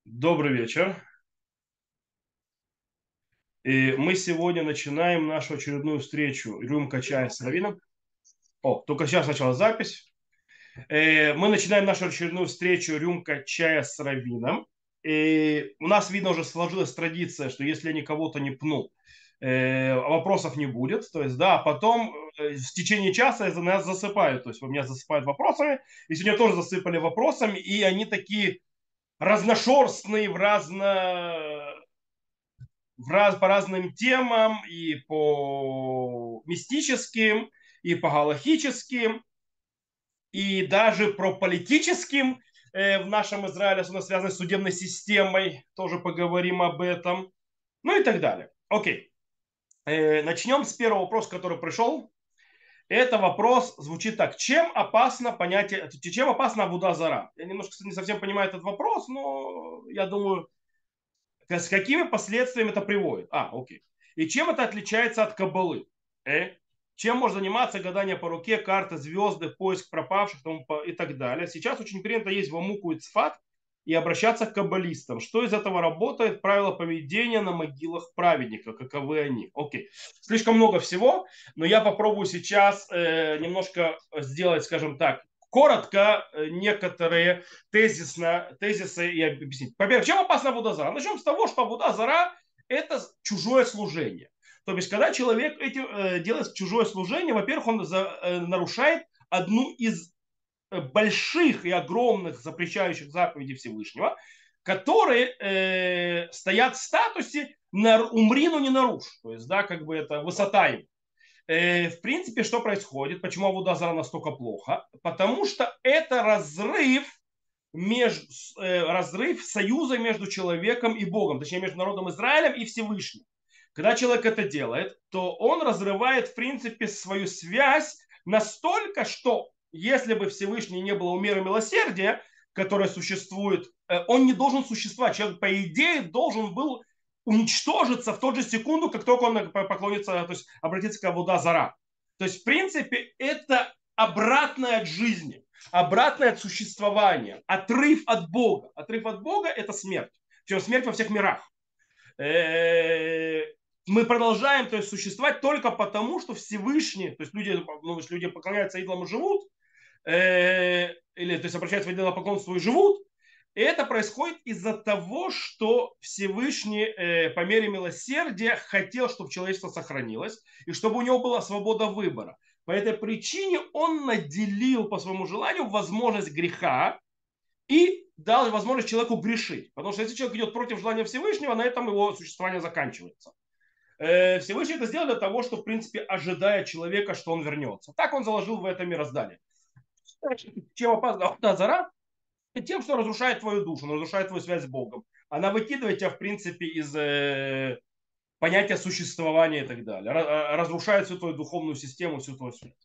Добрый вечер. И мы сегодня начинаем нашу очередную встречу «Рюмка чая с Равином». О, только сейчас началась запись. Мы начинаем нашу очередную встречу «Рюмка чая с Равином». И у нас, видно, уже сложилась традиция, что если я никого-то не пну, вопросов не будет. То есть, да, а потом в течение часа нас засыпают. То есть, меня засыпают вопросами. И сегодня тоже засыпали вопросами. И они такие разношерстные, по разным темам, и по мистическим, и по галахическим, и даже про политическим в нашем Израиле, особенно связанной с судебной системой, тоже поговорим об этом, ну и так далее. Окей, начнем с первого вопроса, который пришел. Это вопрос звучит так. Чем опасна Абуда Зара? Я немножко не совсем понимаю этот вопрос, но я думаю, с какими последствиями это приводит? Окей. И чем это отличается от каббалы? Э? Чем можно заниматься гадание по руке, карты, звезды, поиск пропавших и так далее. Сейчас очень принято есть вамуку и цфат и обращаться к каббалистам. Что из этого работает? Правила поведения на могилах праведников. Каковы они? Окей. Слишком много всего, но я попробую сейчас немножко сделать, скажем так, коротко некоторые тезисы и объяснить. Во-первых, чем опасна Абуда-зара? Начнем с того, что Абуда-зара – это чужое служение. То есть, когда человек делает чужое служение, во-первых, он нарушает одну из больших и огромных запрещающих заповедей Всевышнего, которые стоят в статусе «умри, но не нарушь». То есть, да, как бы это высота им. В принципе, что происходит? Почему Абуда-зара настолько плохо? Потому что это разрыв союза между человеком и Богом, точнее между народом Израилем и Всевышним. Когда человек это делает, то он разрывает в принципе свою связь настолько, что если бы Всевышний не было меры милосердия, которое существует, он не должен существовать. Человек, по идее, должен был уничтожиться в тот же секунду, как только он поклонится, то есть обратится к Абуда Зара. То есть, в принципе, это обратное от жизни, обратное от существования, отрыв от Бога. Отрыв от Бога – это смерть. Причем смерть во всех мирах. Мы продолжаем, то есть, существовать только потому, что Всевышний, то есть люди поклоняются идолам и живут, или то есть обращаются в идолопоклонство и живут, и это происходит из-за того, что Всевышний по мере милосердия хотел, чтобы человечество сохранилось, и чтобы у него была свобода выбора. По этой причине он наделил по своему желанию возможность греха и дал возможность человеку грешить. Потому что если человек идет против желания Всевышнего, на этом его существование заканчивается. Всевышний это сделал для того, что, в принципе, ожидая человека, что он вернется. Так он заложил в это мироздание. Чем опасна Зара? Тем, что разрушает твою душу, разрушает твою связь с Богом. Она выкидывает тебя, в принципе, из понятия существования и так далее. Разрушает всю твою духовную систему, всю твою связь.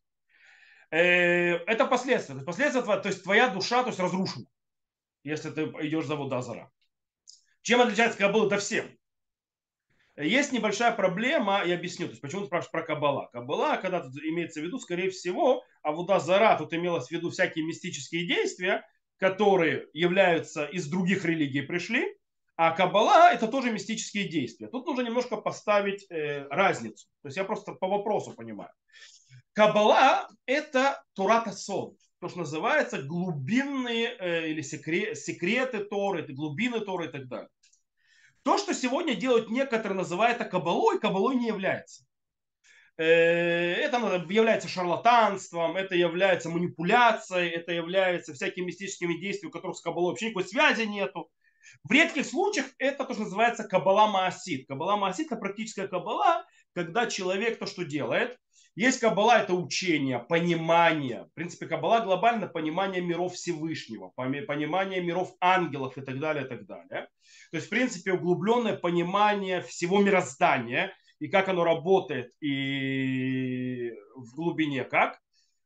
Это последствия. То есть твоя душа то есть, разрушена, если ты идешь за Водазара. Чем отличается Каббала? Да всем. Есть небольшая проблема, я объясню, то есть почему ты спрашиваешь про Каббала. Каббала, когда тут имеется в виду, скорее всего, Авуда Зара, тут имелось в виду всякие мистические действия, которые являются из других религий пришли, а Каббала это тоже мистические действия. Тут нужно немножко поставить разницу. То есть я просто по вопросу понимаю. Каббала это Турата Сон, то, что называется глубинные или секреты Торы, глубины Торы и так далее. То, что сегодня делают некоторые, называют это кабалой не является. Это является шарлатанством, это является манипуляцией, это является всякими мистическими действиями, у которых с кабалой вообще никакой связи нету. В редких случаях это то, что называется кабала маасид. Кабала маасид – это практическая кабала, когда человек то, что делает. Есть кабала – это учение, понимание. В принципе, кабала глобально понимание миров Всевышнего, понимание миров ангелов и так далее, и так далее. То есть, в принципе, углубленное понимание всего мироздания и как оно работает, и в глубине как.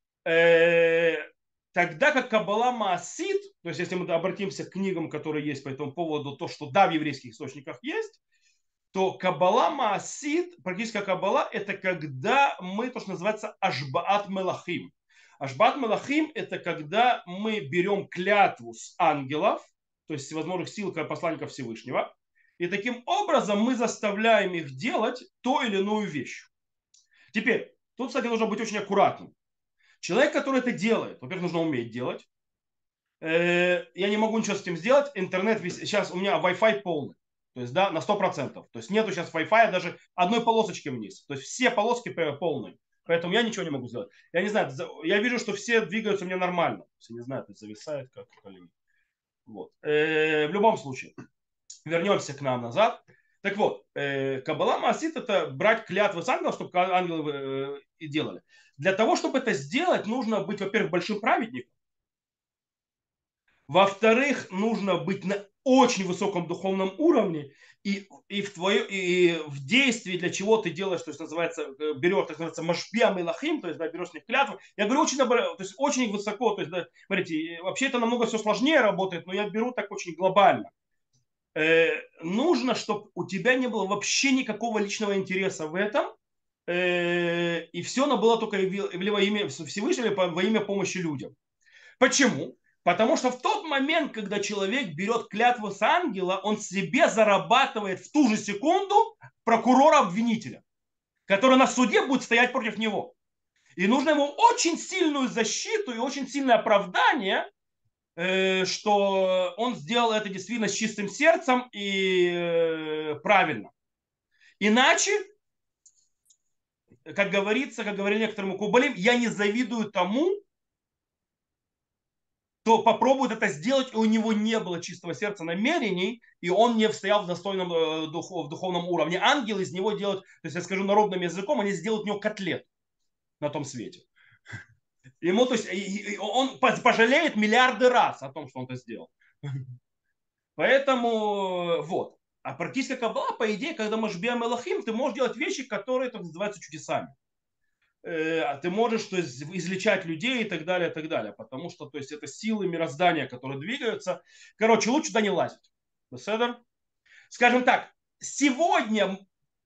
Тогда как Каббала Маасид, то есть если мы обратимся к книгам, которые есть по этому поводу, то, что да, в еврейских источниках есть, то Каббала Маасид, практически Каббала, это когда мы, то, что называется Ашбаат Мелахим. Ашбаат Мелахим – это когда мы берем клятву с ангелов, то есть всевозможных сил посланников Всевышнего. И таким образом мы заставляем их делать ту или иную вещь. Теперь, тут, кстати, нужно быть очень аккуратным. Человек, который это делает, во-первых, нужно уметь делать. Я не могу ничего с этим сделать. Интернет сейчас у меня Wi-Fi полный. То есть, да, на 100%. То есть нету сейчас Wi-Fi даже одной полосочки вниз. То есть все полоски полные. Поэтому я ничего не могу сделать. Я не знаю, я вижу, что все двигаются у меня нормально. Я не знаю, это зависает как. Вот. В любом случае, вернемся к нам назад. Так вот, Каббала Маасит это брать клятвы с ангелов, чтобы ангелы и делали. Для того, чтобы это сделать, нужно быть, во-первых, большим праведником. Во-вторых, нужно быть на очень высоком духовном уровне и в действии, для чего ты делаешь, то есть называется, берешь, так называется, машпиам и лахим, то есть да, берешь с них клятву. Я говорю очень, то есть очень высоко, то есть, да, смотрите, вообще это намного все сложнее работает, но я беру так очень глобально. Нужно, чтобы у тебя не было вообще никакого личного интереса в этом, и все оно было только во имя Всевышнего, во имя помощи людям. Почему? Потому что в тот момент, когда человек берет клятву с ангела, он себе зарабатывает в ту же секунду прокурора-обвинителя, который на суде будет стоять против него. И нужно ему очень сильную защиту и очень сильное оправдание, что он сделал это действительно с чистым сердцем и правильно. Иначе, как говорится, как говорили некоторые мукубалим, я не завидую тому, кто попробует это сделать, и у него не было чистого сердца намерений, и он не стоял в достойном в духовном уровне. Ангелы из него делают, то есть я скажу народным языком, они сделают у него котлет на том свете. Ему, то есть, он пожалеет миллиарды раз о том, что он это сделал. Поэтому вот. А практическая каббала, по идее, когда мы жбем Элохим, ты можешь делать вещи, которые так называются чудесами. Ты можешь, то есть, излечать людей и так далее, и так далее. Потому что, то есть, это силы мироздания, которые двигаются. Короче, лучше туда не лазить. Беседер? Скажем так, сегодня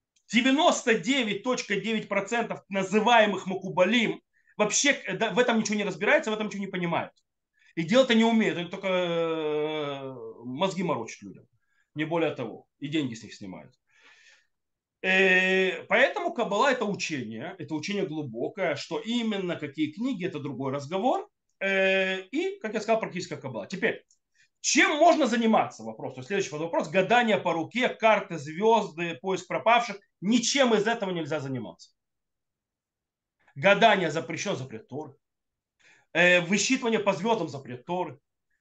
99.9% называемых макубалим вообще в этом ничего не разбирается, в этом ничего не понимают. И делать-то не умеют, они только мозги морочат людям. Не более того. И деньги с них снимают. Поэтому Каббала это учение глубокое, что именно какие книги, это другой разговор. И, как я сказал, практическая Каббала. Теперь, чем можно заниматься? Вопрос. То есть следующий вопрос. Гадание по руке, карты, звезды, поиск пропавших. Ничем из этого нельзя заниматься. Гадание запрещено, запрет Торы. Высчитывание по звездам, запрет Торы.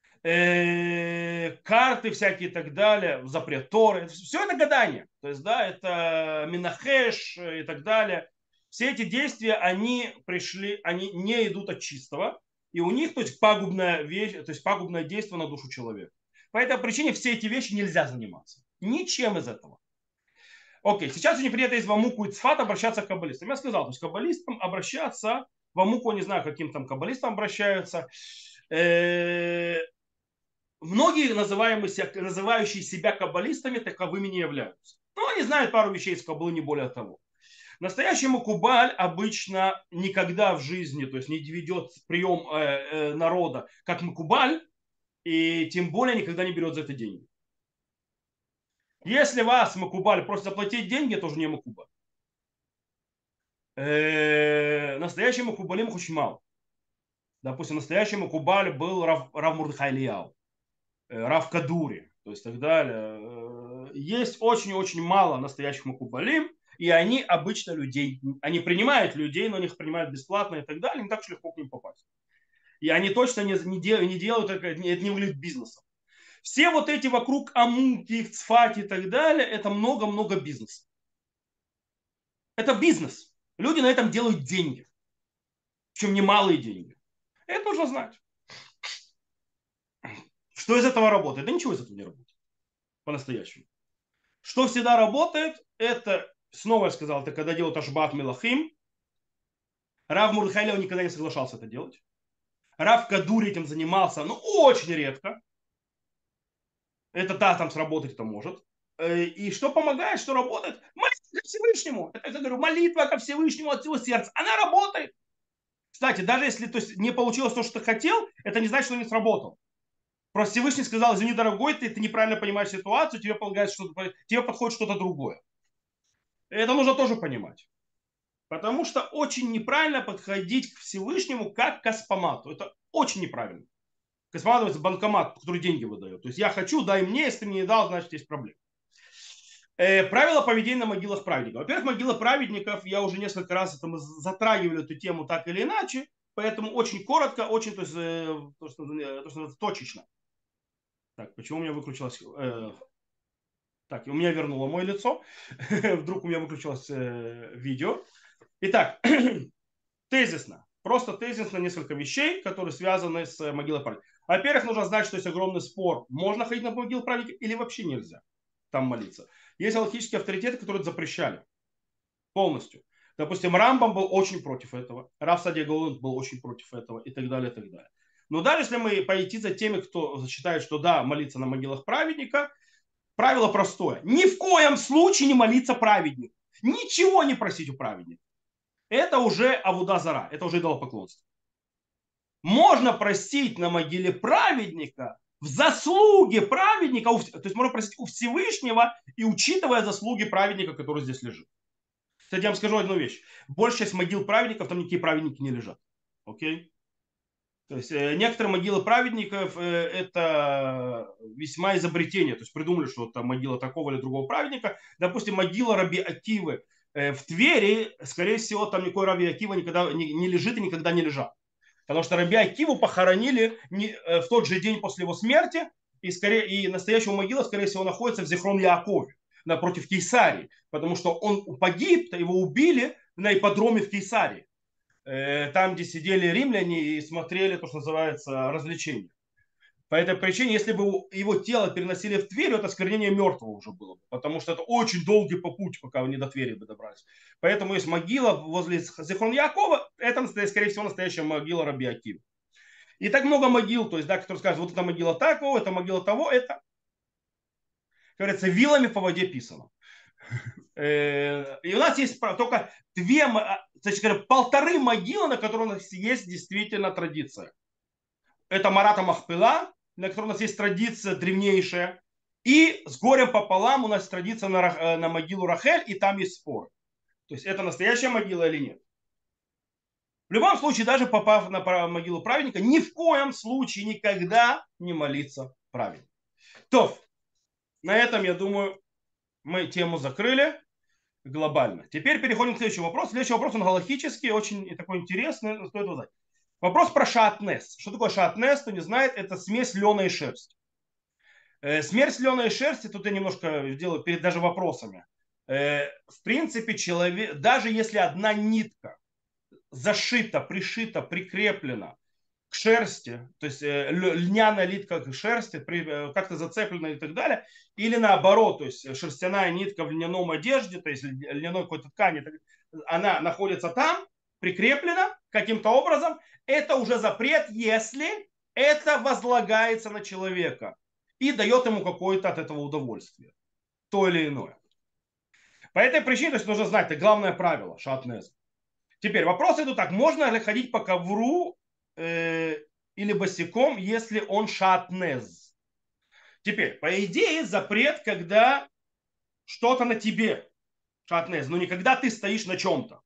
Карты всякие и так далее, запрет Торы. Все это гадание. То есть, да, это Минахеш и так далее. Все эти действия, они не идут от чистого. И у них, то есть, пагубная вещь, то есть, пагубное действие на душу человека. По этой причине все эти вещи нельзя заниматься. Ничем из этого. Окей, сейчас очень принято из Вамуку и Цфат обращаться к каббалистам. Я сказал, то есть, к каббалистам обращаться, Вамуку, не знаю, каким там каббалистам обращаются. Многие, называющие себя каббалистами, таковыми не являются. Но они знают пару вещей из каббалы, не более того. Настоящий макубаль обычно никогда в жизни, то есть не ведет прием народа как макубаль, и тем более никогда не берет за это деньги. Если вас макубаль просит заплатить деньги, это уже не макубаль. Настоящий макубалим их очень мало. Допустим, настоящий макубаль был Рав Мурдхай Элияу, Рав Кадури, то есть так далее. Есть очень-очень мало настоящих макубалим, и они обычно они принимают людей, но они их принимают бесплатно и так далее, не так уж легко к ним попасть. И они точно не делают это не выглядит бизнесом. Все вот эти вокруг Амуки, Цфати и так далее, это много-много бизнеса. Это бизнес. Люди на этом делают деньги. Причем немалые деньги. Это нужно знать. Что из этого работает? Да ничего из этого не работает. По-настоящему. Что всегда работает, это, снова я сказал, это когда делают Ашбат Мелахим. Рав Мурдхайлев никогда не соглашался это делать. Рав Кадури этим занимался, но очень редко. Это да, там сработать это может. И что помогает, что работает? Молитва ко Всевышнему. Это я говорю, молитва ко Всевышнему от всего сердца. Она работает. Кстати, даже если то есть, не получилось то, что ты хотел, это не значит, что не сработал. Просто Всевышний сказал, извини, дорогой, ты неправильно понимаешь ситуацию, тебе полагается что-то, тебе подходит что-то другое. Это нужно тоже понимать. Потому что очень неправильно подходить к Всевышнему как к каспомату. Это очень неправильно. Каспомат — это банкомат, который деньги выдает. То есть я хочу, дай мне, если ты мне не дал, значит есть проблема. Правила поведения на могилах праведников. Во-первых, могила праведников, я уже несколько раз это мы затрагивали эту тему так или иначе, поэтому очень коротко, очень то, что точечно. Так, почему у меня выключилось? Так, у меня вернуло мое лицо. Вдруг у меня выключилось видео. Итак, тезисно. Просто тезисно несколько вещей, которые связаны с могилой праведников. Во-первых, нужно знать, что есть огромный спор. Можно ходить на могилу праведников или вообще нельзя там молиться. Есть аллахические авторитеты, которые это запрещали полностью. Допустим, Рамбам был очень против этого. Рав Садия Гаон был очень против этого и так далее, и так далее. Но даже если мы пойти за теми, кто считает, что да, молиться на могилах праведника, правило простое. Ни в коем случае не молиться праведнику. Ничего не просить у праведника. Это уже авуда зара, это уже идолопоклонство. Можно просить на могиле праведника в заслуге праведника, то есть можно просить у Всевышнего и учитывая заслуги праведника, который здесь лежит. Кстати, я вам скажу одну вещь. Большая часть могил праведников, там никакие праведники не лежат. Окей? То есть некоторые могилы праведников это весьма изобретение. То есть придумали, что там могила такого или другого праведника. Допустим, могила Раби Акивы в Твери, скорее всего, там никакой Раби Акива никогда не лежит и никогда не лежал. Потому что Раби Акиву похоронили в тот же день после его смерти, и настоящая могила, скорее всего, находится в Зихрон-Яакове, напротив Кейсарии, потому что он погиб, его убили на ипподроме в Кейсарии, там, где сидели римляне и смотрели то, что называется развлечения. По этой причине, если бы его тело переносили в Тверь, это осквернение мертвого уже было бы, потому что это очень долгий путь, пока они до Твери бы добрались. Поэтому есть могила возле Зихон Якова, это, скорее всего, настоящая могила Раби Акива. И так много могил, то есть, да, которые скажут, вот эта могила такого, это могила того, это, как говорится, вилами по воде писано. И у нас есть только значит, полторы могилы, на которых у нас есть действительно традиция. Это Марата Махпила, на которой у нас есть традиция древнейшая. И с горем пополам у нас традиция на могилу Рахель, и там есть спор. То есть это настоящая могила или нет. В любом случае, даже попав на могилу праведника, ни в коем случае никогда не молиться праведнику. То, на этом, я думаю, мы тему закрыли глобально. Теперь переходим к следующему вопросу. Следующий вопрос, он галахический, очень такой интересный, стоит узнать. Вопрос про шаатнес. Что такое шаатнес, кто не знает, это смесь лена и шерсти. Смерть лена и шерсти, тут я немножко делаю перед даже вопросами. В принципе, человек, даже если одна нитка зашита, пришита, прикреплена к шерсти, то есть льняная нитка к шерсти, как-то зацеплена и так далее, или наоборот, то есть шерстяная нитка в льняном одежде, то есть льняной какой-то ткани, она находится там, прикреплена каким-то образом, это уже запрет, если это возлагается на человека и дает ему какое-то от этого удовольствие, то или иное. По этой причине, то есть нужно знать, это главное правило шатнез. Теперь вопрос идут так, можно ли ходить по ковру или босиком, если он шатнез? Теперь, по идее, запрет, когда что-то на тебе, шатнез, но не когда ты стоишь на чем-то.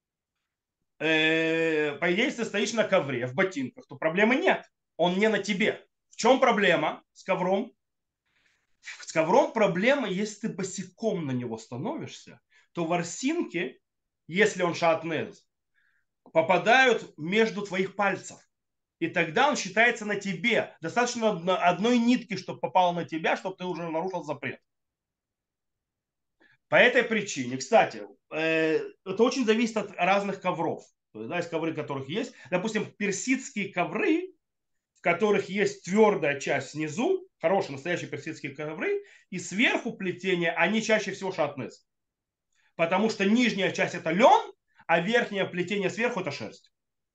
По идее, если ты стоишь на ковре, в ботинках, то проблемы нет. Он не на тебе. В чем проблема с ковром? С ковром проблема, если ты босиком на него становишься, то ворсинки, если он шатнез, попадают между твоих пальцев. И тогда он считается на тебе. Достаточно одной нитки, чтобы попало на тебя, чтобы ты уже нарушил запрет. По этой причине, кстати, это очень зависит от разных ковров. То есть, да, есть ковры, которых есть. Допустим, персидские ковры, в которых есть твердая часть снизу, хорошие настоящие персидские ковры, и сверху плетение, они чаще всего шатнез. Потому что нижняя часть это лен, а верхнее плетение сверху это шерсть.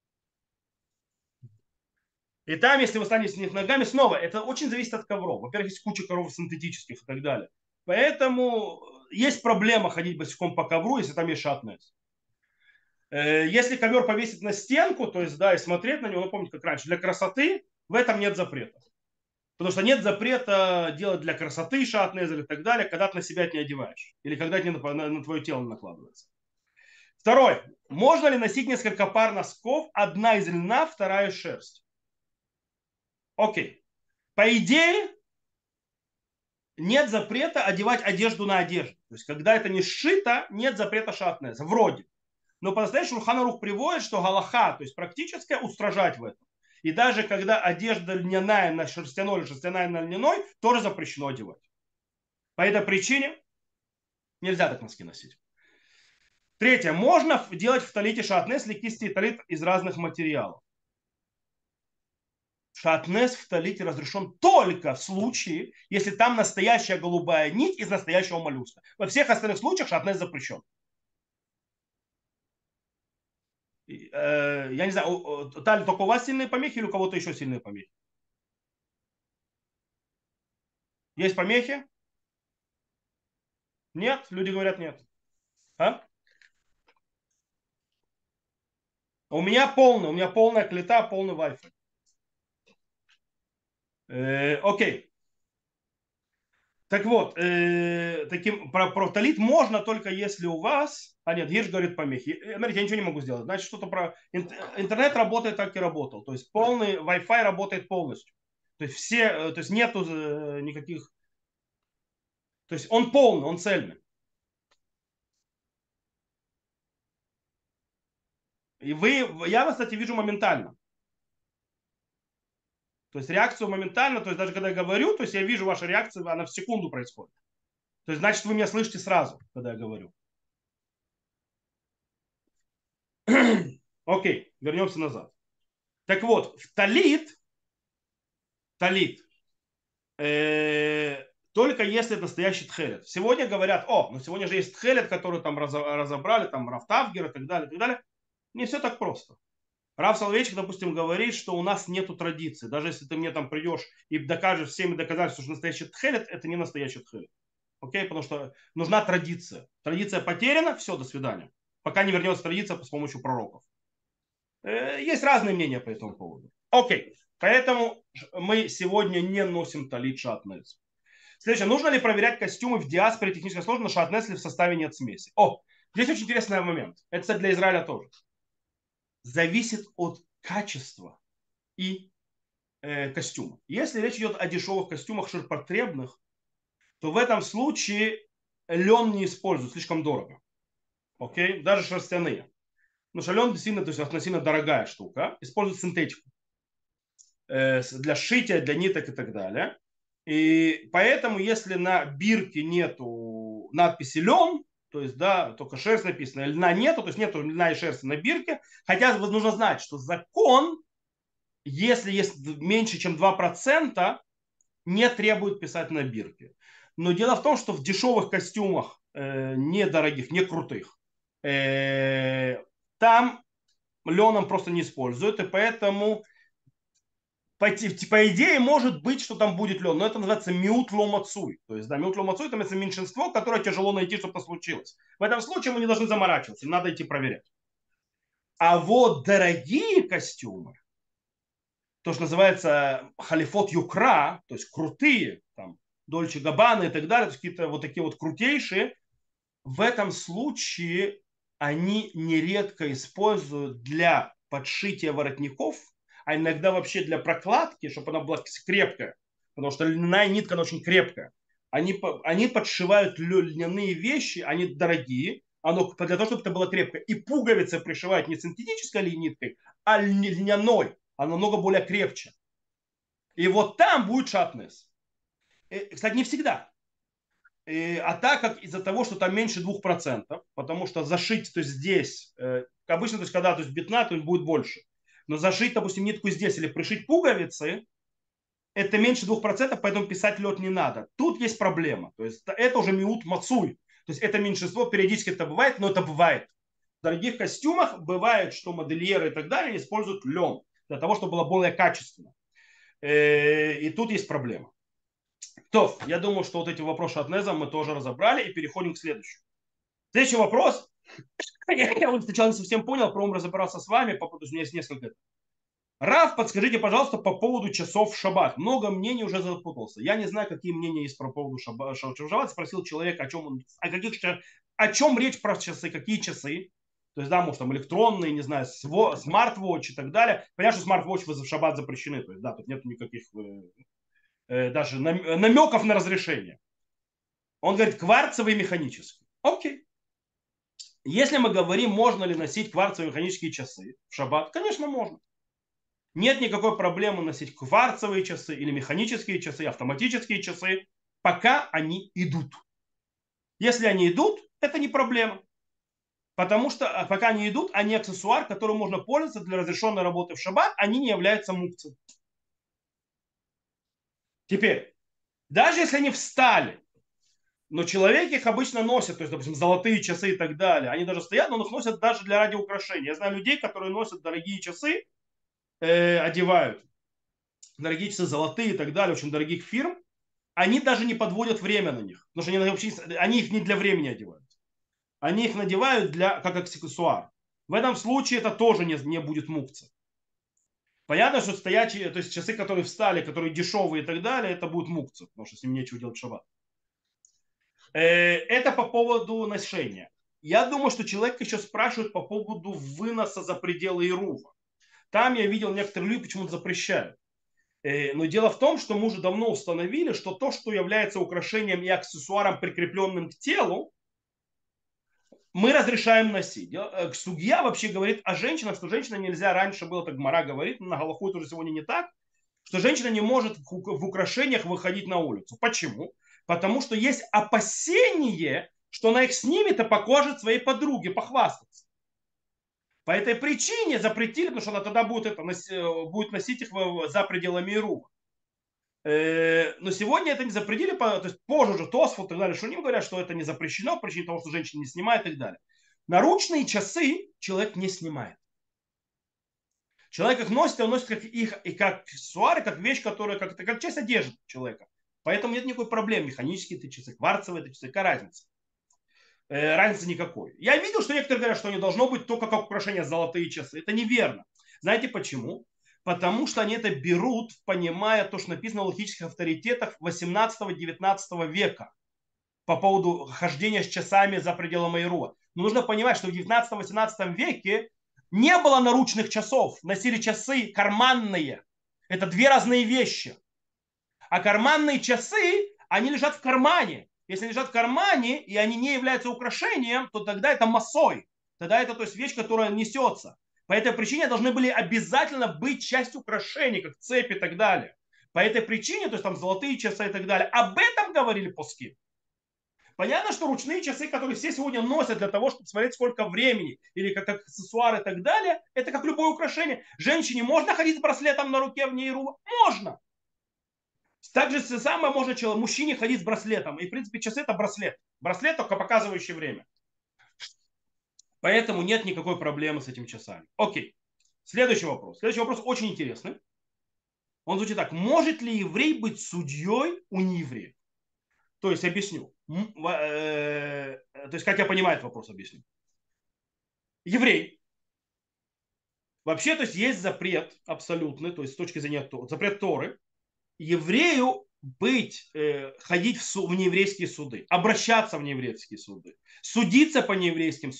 И там, если вы станете с них ногами, снова, это очень зависит от ковров. Во-первых, есть куча ковров синтетических и так далее. Поэтому есть проблема ходить босиком по ковру, если там есть шатнез. Если ковер повесить на стенку, то есть, да, и смотреть на него, ну, помните, как раньше, для красоты, в этом нет запрета. Потому что нет запрета делать для красоты шатнез или так далее, когда ты на себя это не одеваешь. Или когда это не на твое тело накладывается. Второй. Можно ли носить несколько пар носков? Одна из льна, вторая из шерсти. Окей. По идее, нет запрета одевать одежду на одежду. То есть, когда это не сшито, нет запрета шатнеза. Вроде. Но по-настоящему Шулхан Арух приводит, что галаха, то есть практическое, устражать в этом. И даже когда одежда льняная на шерстяной или шерстяная на льняной, тоже запрещено одевать. По этой причине нельзя так носки носить. Третье. Можно делать в талите шатнес или кисти и талит из разных материалов. Шатнес в талите разрешен только в случае, если там настоящая голубая нить из настоящего моллюска. Во всех остальных случаях шатнес запрещен. Я не знаю, Таль, только у вас сильные помехи или у кого-то еще сильные помехи? Есть помехи? Нет? Люди говорят нет. А? У меня полная клета, полный Wi-Fi. Окей. Так вот, про талит можно только если у вас... А нет, Гирш говорит помехи. Смотрите, я ничего не могу сделать. Значит, что-то про... Интернет работает, как и работал. То есть полный Wi-Fi работает полностью. То есть то есть нету никаких... То есть он полный, он цельный. Я вас, кстати, вижу моментально. То есть реакцию моментально, то есть даже когда я говорю, то есть я вижу вашу реакцию, она в секунду происходит. То есть значит вы меня слышите сразу, когда я говорю. Окей, вернемся назад. Так вот, в талит, только если это настоящий тхелет. Сегодня говорят, ну сегодня же есть тхелет, который там разобрали, там Рафтавгер и так далее, и так далее. Не все так просто. Рав Соловейчик, допустим, говорит, что у нас нету традиции. Даже если ты мне там придешь и докажешь всеми доказательствами, что настоящий тхелет, это не настоящий тхелет. Окей? Потому что нужна традиция. Традиция потеряна, все, до свидания. Пока не вернется традиция с помощью пророков. Есть разные мнения по этому поводу. Окей. Поэтому мы сегодня не носим талит шатнез. Следующее. Нужно ли проверять костюмы в диаспоре технической сложности шатнез, если в составе нет смеси? Здесь очень интересный момент. Это, кстати, для Израиля тоже. Зависит от качества и костюма. Если речь идет о дешевых костюмах ширпотребных, то в этом случае лен не используют, слишком дорого. Окей? Даже шерстяные. Но что лен действительно, то есть относительно дорогая штука. Используют синтетику для сшития, для ниток и так далее. И поэтому, если на бирке нету надписи лен, то есть, да, только шерсть написана, льна нету, то есть нету льна и шерсти на бирке, хотя нужно знать, что закон, если есть меньше, чем 2%, не требует писать на бирке. Но дело в том, что в дешевых костюмах, недорогих, не крутых, там леном просто не используют, и поэтому по идее может быть, что там будет лен, но это называется миут ломацуй. То есть, да, миут ломацуй, это меньшинство, которое тяжело найти, чтобы это случилось. В этом случае мы не должны заморачиваться, им надо идти проверять. А вот дорогие костюмы, то, что называется халифот юкра, то есть крутые, там, Дольче Габбана и так далее, то есть какие-то вот такие вот крутейшие, в этом случае они нередко используют для подшития воротников, а иногда вообще для прокладки, чтобы она была крепкая, потому что льняная нитка, она очень крепкая. Они подшивают льняные вещи, они дорогие, для того, чтобы это было крепко. И пуговицы пришивают не синтетической ниткой, а льняной. Она намного более крепче. И вот там будет шатнес. Кстати, не всегда. А так как из-за того, что там меньше 2%, потому что зашить, то есть здесь, обычно, то есть когда то есть бедна, то будет больше. Но зашить, допустим, нитку здесь или пришить пуговицы, это меньше 2%, поэтому писать лед не надо. Тут есть проблема. То есть это уже миут мацуй. То есть это меньшинство, периодически это бывает, но это бывает. В дорогих костюмах бывает, что модельеры и так далее используют лен для того, чтобы было более качественно. И тут есть проблема. То, я думаю, что вот эти вопросы от Неза мы тоже разобрали и переходим к следующему. Следующий вопрос. Я вот сначала не совсем понял, по-моему, разобрался с вами, потому что у меня есть несколько. Рав, подскажите, пожалуйста, по поводу часов в шаббат. Много мнений уже запутался. Я не знаю, какие мнения есть по поводу шаббат. Спросил человека, о чем речь про часы, какие часы. То есть, да, может, там электронные, не знаю, смарт-вотч и так далее. Понятно, что смарт-вотч в шаббат запрещены. То есть, да, тут нет никаких даже намеков на разрешение. Он говорит, кварцевые механические. Окей. Если мы говорим, можно ли носить кварцевые механические часы в шаббат, конечно, можно. Нет никакой проблемы носить кварцевые часы или механические часы, автоматические часы, пока они идут. Если они идут, это не проблема. Потому что пока они идут, они аксессуар, которым можно пользоваться для разрешенной работы в шаббат, они не являются мукцией. Теперь, даже если они встали, но человек их обычно носит, то есть, допустим, золотые часы и так далее, они даже стоят, но их носят даже для ради украшения. Я знаю людей, которые носят дорогие часы, одевают дорогие часы золотые и так далее, очень дорогих фирм, они даже не подводят время на них. Потому что они их не для времени одевают. Они их надевают как аксессуар. В этом случае это тоже не будет мукция. Понятно, что стоячие, то есть часы, которые встали, которые дешевые и так далее, это будет мукция, потому что с ним нечего делать в шаббат. Это по поводу ношения. Я думаю, что человек еще спрашивает по поводу выноса за пределы Ирува. Там я видел, некоторые люди почему-то запрещают. Но дело в том, что мы уже давно установили, что то, что является украшением и аксессуаром, прикрепленным к телу, мы разрешаем носить. Судья вообще говорит о женщинах, что женщина нельзя, раньше было, так Гмара говорит, на Галаху это уже сегодня не так, что женщина не может в украшениях выходить на улицу. Почему? Потому что есть опасение, что она их снимет и покажет своей подруге, похвастаться. По этой причине запретили, потому что она тогда будет носить их за пределами Ирума. Но сегодня это не запретили, то есть позже уже Тосфот и так далее, что они говорят, что это не запрещено, по причине того, что женщина не снимает и так далее. Наручные часы человек не снимает. Человек их носит, он носит как их и как аксессуары, как вещь, которая как часть одежды человека. Поэтому нет никакой проблемы. Механические это часы, кварцевые это часы, какая разница? Разницы никакой. Я видел, что некоторые говорят, что не должно быть только как украшение золотые часы. Это неверно. Знаете почему? Потому что они это берут, понимая то, что написано в логических авторитетах 18-19 века по поводу хождения с часами за пределами Ируа. Но нужно понимать, что в 19-18 веке не было наручных часов. Носили часы карманные. Это две разные вещи. А карманные часы, они лежат в кармане. Если лежат в кармане, и они не являются украшением, то тогда это массой. Тогда это, то есть, вещь, которая несется. По этой причине должны были обязательно быть частью украшений, как цепи и так далее. По этой причине, то есть там золотые часы и так далее. Об этом говорили пуски. Понятно, что ручные часы, которые все сегодня носят для того, чтобы смотреть, сколько времени, или как аксессуар и так далее, это как любое украшение. Женщине можно ходить с браслетом на руке в нейру? Можно. Так же самое можно мужчине ходить с браслетом. И, в принципе, часы это браслет. Браслет, только показывающий время. Поэтому нет никакой проблемы с этими часами. Окей. Следующий вопрос. Следующий вопрос очень интересный. Он звучит так. Может ли еврей быть судьей у неевреев? То есть, объясню. То есть, как я понимаю этот вопрос, объясню. Еврей. Вообще, то есть запрет абсолютный, то есть с точки зрения запрет Торы, еврею ходить в нееврейские суды, обращаться в нееврейские суды, судиться по нееврейским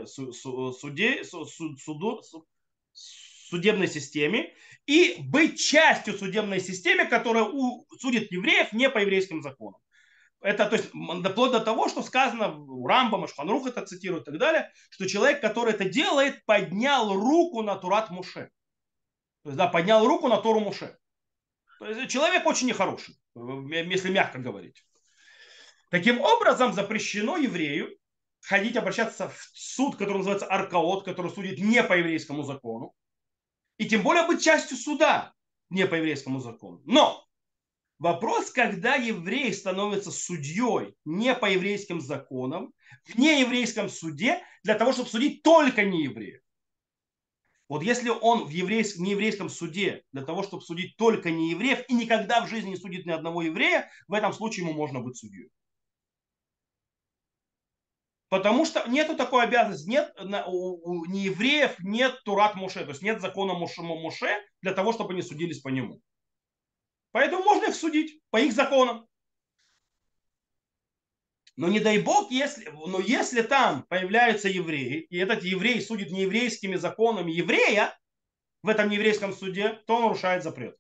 судебной системе и быть частью судебной системы, которая судит евреев не по еврейским законам. Это, то есть, вплоть до того, что сказано у Рамбама, Шханрух это цитирует и так далее, что человек, который это делает, поднял руку на Турат Муше. То есть, да, поднял руку на Тору Муше. То есть, человек очень нехороший, если мягко говорить. Таким образом, запрещено еврею ходить, обращаться в суд, который называется Аркаот, который судит не по еврейскому закону, и тем более быть частью суда не по еврейскому закону. Но вопрос, когда еврей становится судьей не по еврейским законам, в нееврейском суде, для того, чтобы судить только неевреев. Вот если он в нееврейском суде для того, чтобы судить только неевреев и никогда в жизни не судит ни одного еврея, в этом случае ему можно быть судьей. Потому что нету такой обязанности, нет, у неевреев нет Турат Моше, то есть нет закона Моше для того, чтобы они судились по нему. Поэтому можно их судить по их законам. Но не дай бог, если там появляются евреи, и этот еврей судит нееврейскими законами еврея в этом нееврейском суде, то он нарушает запрет.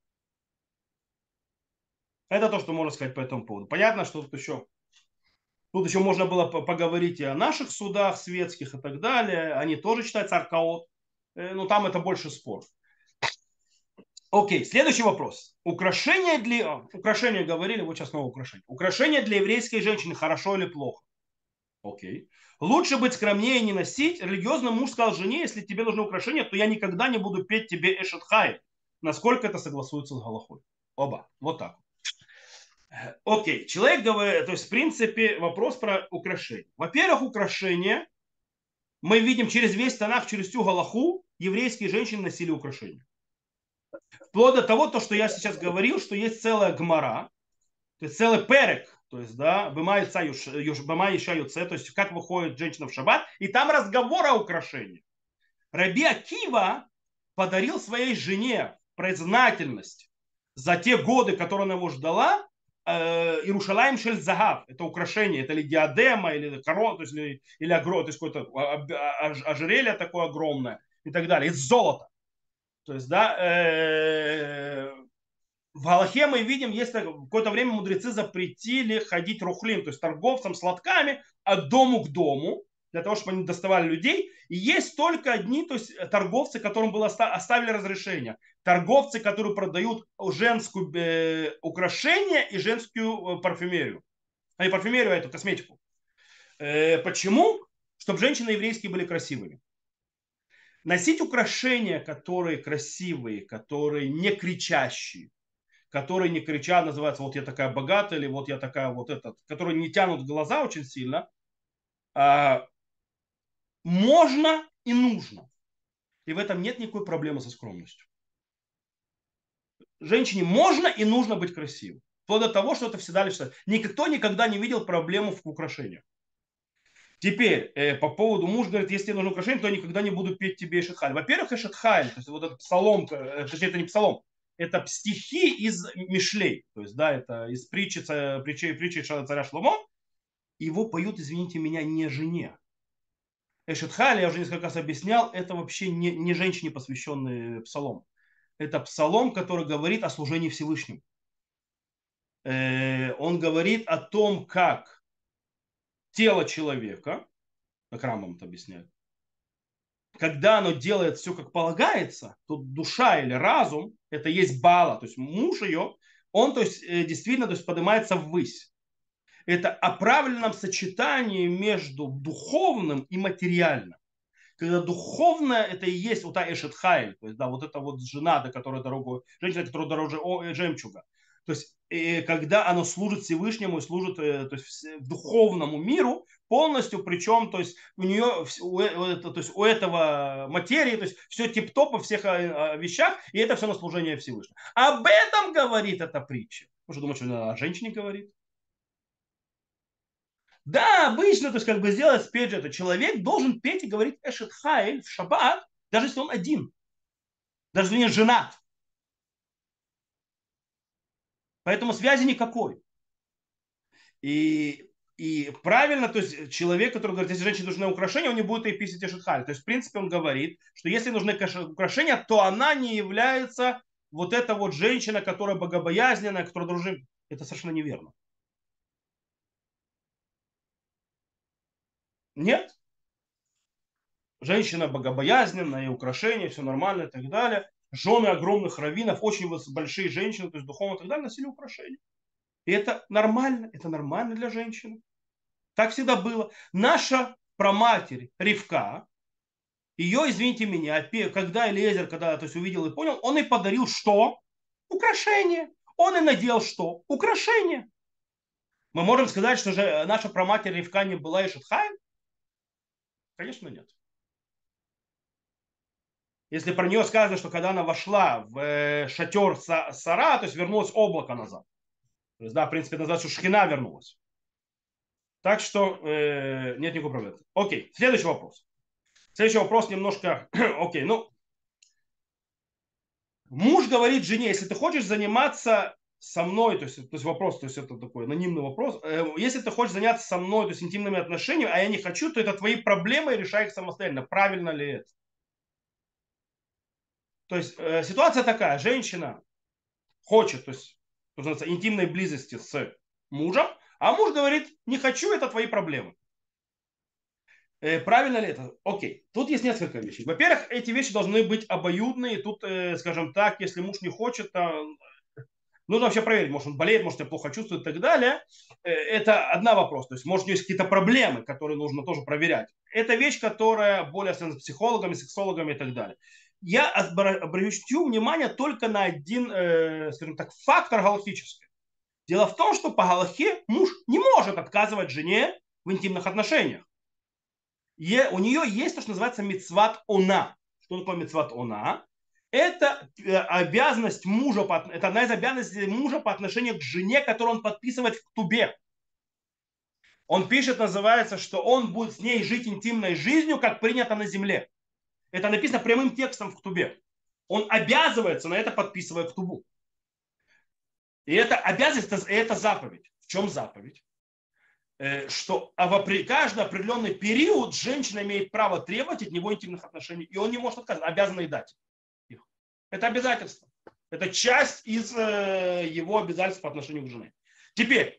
Это то, что можно сказать по этому поводу. Понятно, что тут еще можно было поговорить и о наших судах светских и так далее. Они тоже считаются аркаот. Но там это больше спор. Окей, следующий вопрос. Украшения говорили, вот сейчас снова украшения. Украшения для еврейской женщины хорошо или плохо? Окей. Лучше быть скромнее и не носить. Религиозный муж сказал жене, если тебе нужны украшения, то я никогда не буду петь тебе Эшет Хай. Насколько это согласуется с Галахой? Оба. Вот так. Окей. Человек говорит, то есть в принципе вопрос про украшения. Во-первых, украшения мы видим через весь Танах, через всю Галаху еврейские женщины носили украшения. Вплоть до того, то, что я сейчас говорил, что есть целая гмара, то есть целый перек, то есть, да, Бема Иша Юце, то есть как выходит женщина в шаббат, и там разговор о украшении. Раби Акива подарил своей жене признательность за те годы, которые она его ждала, Иерушалаим шель загав, это украшение, это или диадема, или корона, то есть, или то есть какое-то ожерелье такое огромное и так далее, из золота. То есть, да, в Галахе мы видим, есть какое-то время мудрецы запретили ходить рухлим, то есть торговцам сладками от дому к дому, для того, чтобы они доставали людей. И есть только одни, то есть торговцы, которым было оставили разрешение. Торговцы, которые продают женскую украшение и женскую парфюмерию. А не парфюмерию, а эту косметику. Почему? Чтобы женщины еврейские были красивыми. Носить украшения, которые красивые, которые не кричащие, которые не кричат, называется, вот я такая богатая, или вот я такая вот этот, которые не тянут глаза очень сильно, можно и нужно. И в этом нет никакой проблемы со скромностью. Женщине можно и нужно быть красивой. Вплоть до того, что это всегда лишь... Никто никогда не видел проблему в украшениях. Теперь, по поводу муж говорит, если тебе нужно украшение, то я никогда не буду петь тебе Эшетхаль. Во-первых, Эшетхаль, то есть вот этот псалом, точнее, это не псалом, это стихи из Мишлей. То есть, да, это из притчи царя Шломо. Его поют, извините меня, не жене. Эшетхаль, я уже несколько раз объяснял, это вообще не женщине посвященный псалом. Это псалом, который говорит о служении Всевышнему. Он говорит о том, как тело человека, как Рамбам это объясняет, когда оно делает все как полагается, то душа или разум, это есть Бала, то есть муж ее, он то есть, действительно то есть, поднимается ввысь. Это о правильном сочетании между духовным и материальным. Когда духовное, это и есть вот та Эшет Хайль, то есть, да, вот эта вот жена, женщина, которая дороже жемчуга. То есть, когда оно служит Всевышнему и служит то есть, духовному миру полностью, причем, то есть, у нее, то есть, у этого материи, то есть, все тип-топ во всех вещах, и это все на служение Всевышнему. Об этом говорит эта притча. Можно думать, что она о женщине говорит. Да, обычно, то есть, как бы сделать спеть же это. Человек должен петь и говорить Эшет Хайль в шаббат, даже если он один. Даже если он не женат. Поэтому связи никакой. И правильно, то есть человек, который говорит, если женщине нужны украшения, он не будет ей писать Эшет Хайль. То есть, в принципе, он говорит, что если нужны украшения, то она не является вот эта вот женщина, которая богобоязненная, которая дружит. Это совершенно неверно. Нет. Женщина богобоязненная, и украшения, все нормально и так далее. Жены огромных раввинов, очень большие женщины, то есть духовно и так далее, носили украшения. И это нормально для женщины. Так всегда было. Наша праматерь Ривка, ее, извините меня, когда Элиезер, когда то есть, увидел и понял, он и подарил что? Украшение. Он и надел что? Украшение. Мы можем сказать, что же наша праматерь Ривка не была Ишетхай? Конечно, нет. Если про нее сказано, что когда она вошла в шатер Сара, то есть вернулось облако назад. То есть, да, в принципе, назад, что Шхина вернулась. Так что нет никакой проблемы. Окей, следующий вопрос. Следующий вопрос немножко, окей, ну, муж говорит жене, если ты хочешь заниматься со мной, то есть вопрос, то есть это такой анонимный вопрос, если ты хочешь заняться со мной, то есть интимными отношениями, а я не хочу, то это твои проблемы, и решай их самостоятельно. Правильно ли это? То есть ситуация такая, женщина хочет, то есть называется, интимной близости с мужем, а муж говорит, не хочу, это твои проблемы. Правильно ли это? Окей. Тут есть несколько вещей. Во-первых, эти вещи должны быть обоюдные. Тут, скажем так, если муж не хочет, нужно вообще проверить, может он болеет, может он плохо чувствует и так далее. Это один вопрос. То есть, может, у него есть какие-то проблемы, которые нужно тоже проверять. Это вещь, которая более связана с психологами, сексологами и так далее. Я обращу внимание только на один, скажем так, фактор галактический. Дело в том, что по галахе муж не может отказывать жене в интимных отношениях. У нее есть то, что называется мицват она. Что такое мицват она? Это обязанность мужа, это одна из обязанностей мужа по отношению к жене, которую он подписывает в ктубе. Он пишет, называется, что он будет с ней жить интимной жизнью, как принято на земле. Это написано прямым текстом в ктубе. Он обязывается на это, подписывая ктубу. И это обязанность, это заповедь. В чем заповедь? Что в каждый определенный период женщина имеет право требовать от него интимных отношений, и он не может отказать, обязан ей дать их. Это обязательство. Это часть из его обязательств по отношению к жене. Теперь,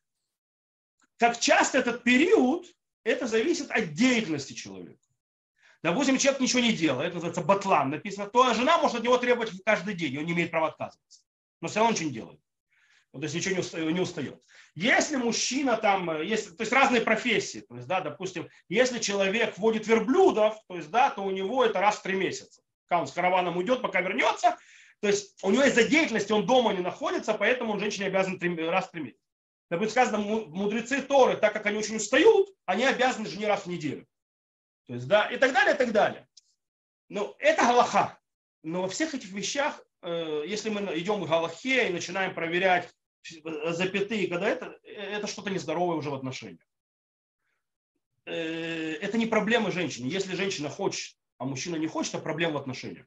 как часто этот период, это зависит от деятельности человека. Допустим, человек ничего не делает, это называется батлан, написано, то жена может от него требовать каждый день, и он не имеет права отказываться. Но все равно ничего не делает. То есть ничего не устает. Если мужчина там, то есть разные профессии, то есть, да, допустим, если человек водит верблюдов, то есть, да, то у него это раз в 3 месяца. Когда он с караваном уйдет, пока вернется, то есть у него из-за деятельности он дома не находится, поэтому он женщине обязан раз в 3 месяца. Допустим, сказано, мудрецы Торы, так как они очень устают, они обязаны жене раз в неделю. То есть, да, и так далее, и так далее. Ну, это галаха. Но во всех этих вещах, если мы идем к галахе и начинаем проверять запятые, когда это что-то нездоровое уже в отношениях. Это не проблема женщины. Если женщина хочет, а мужчина не хочет, это проблема в отношениях.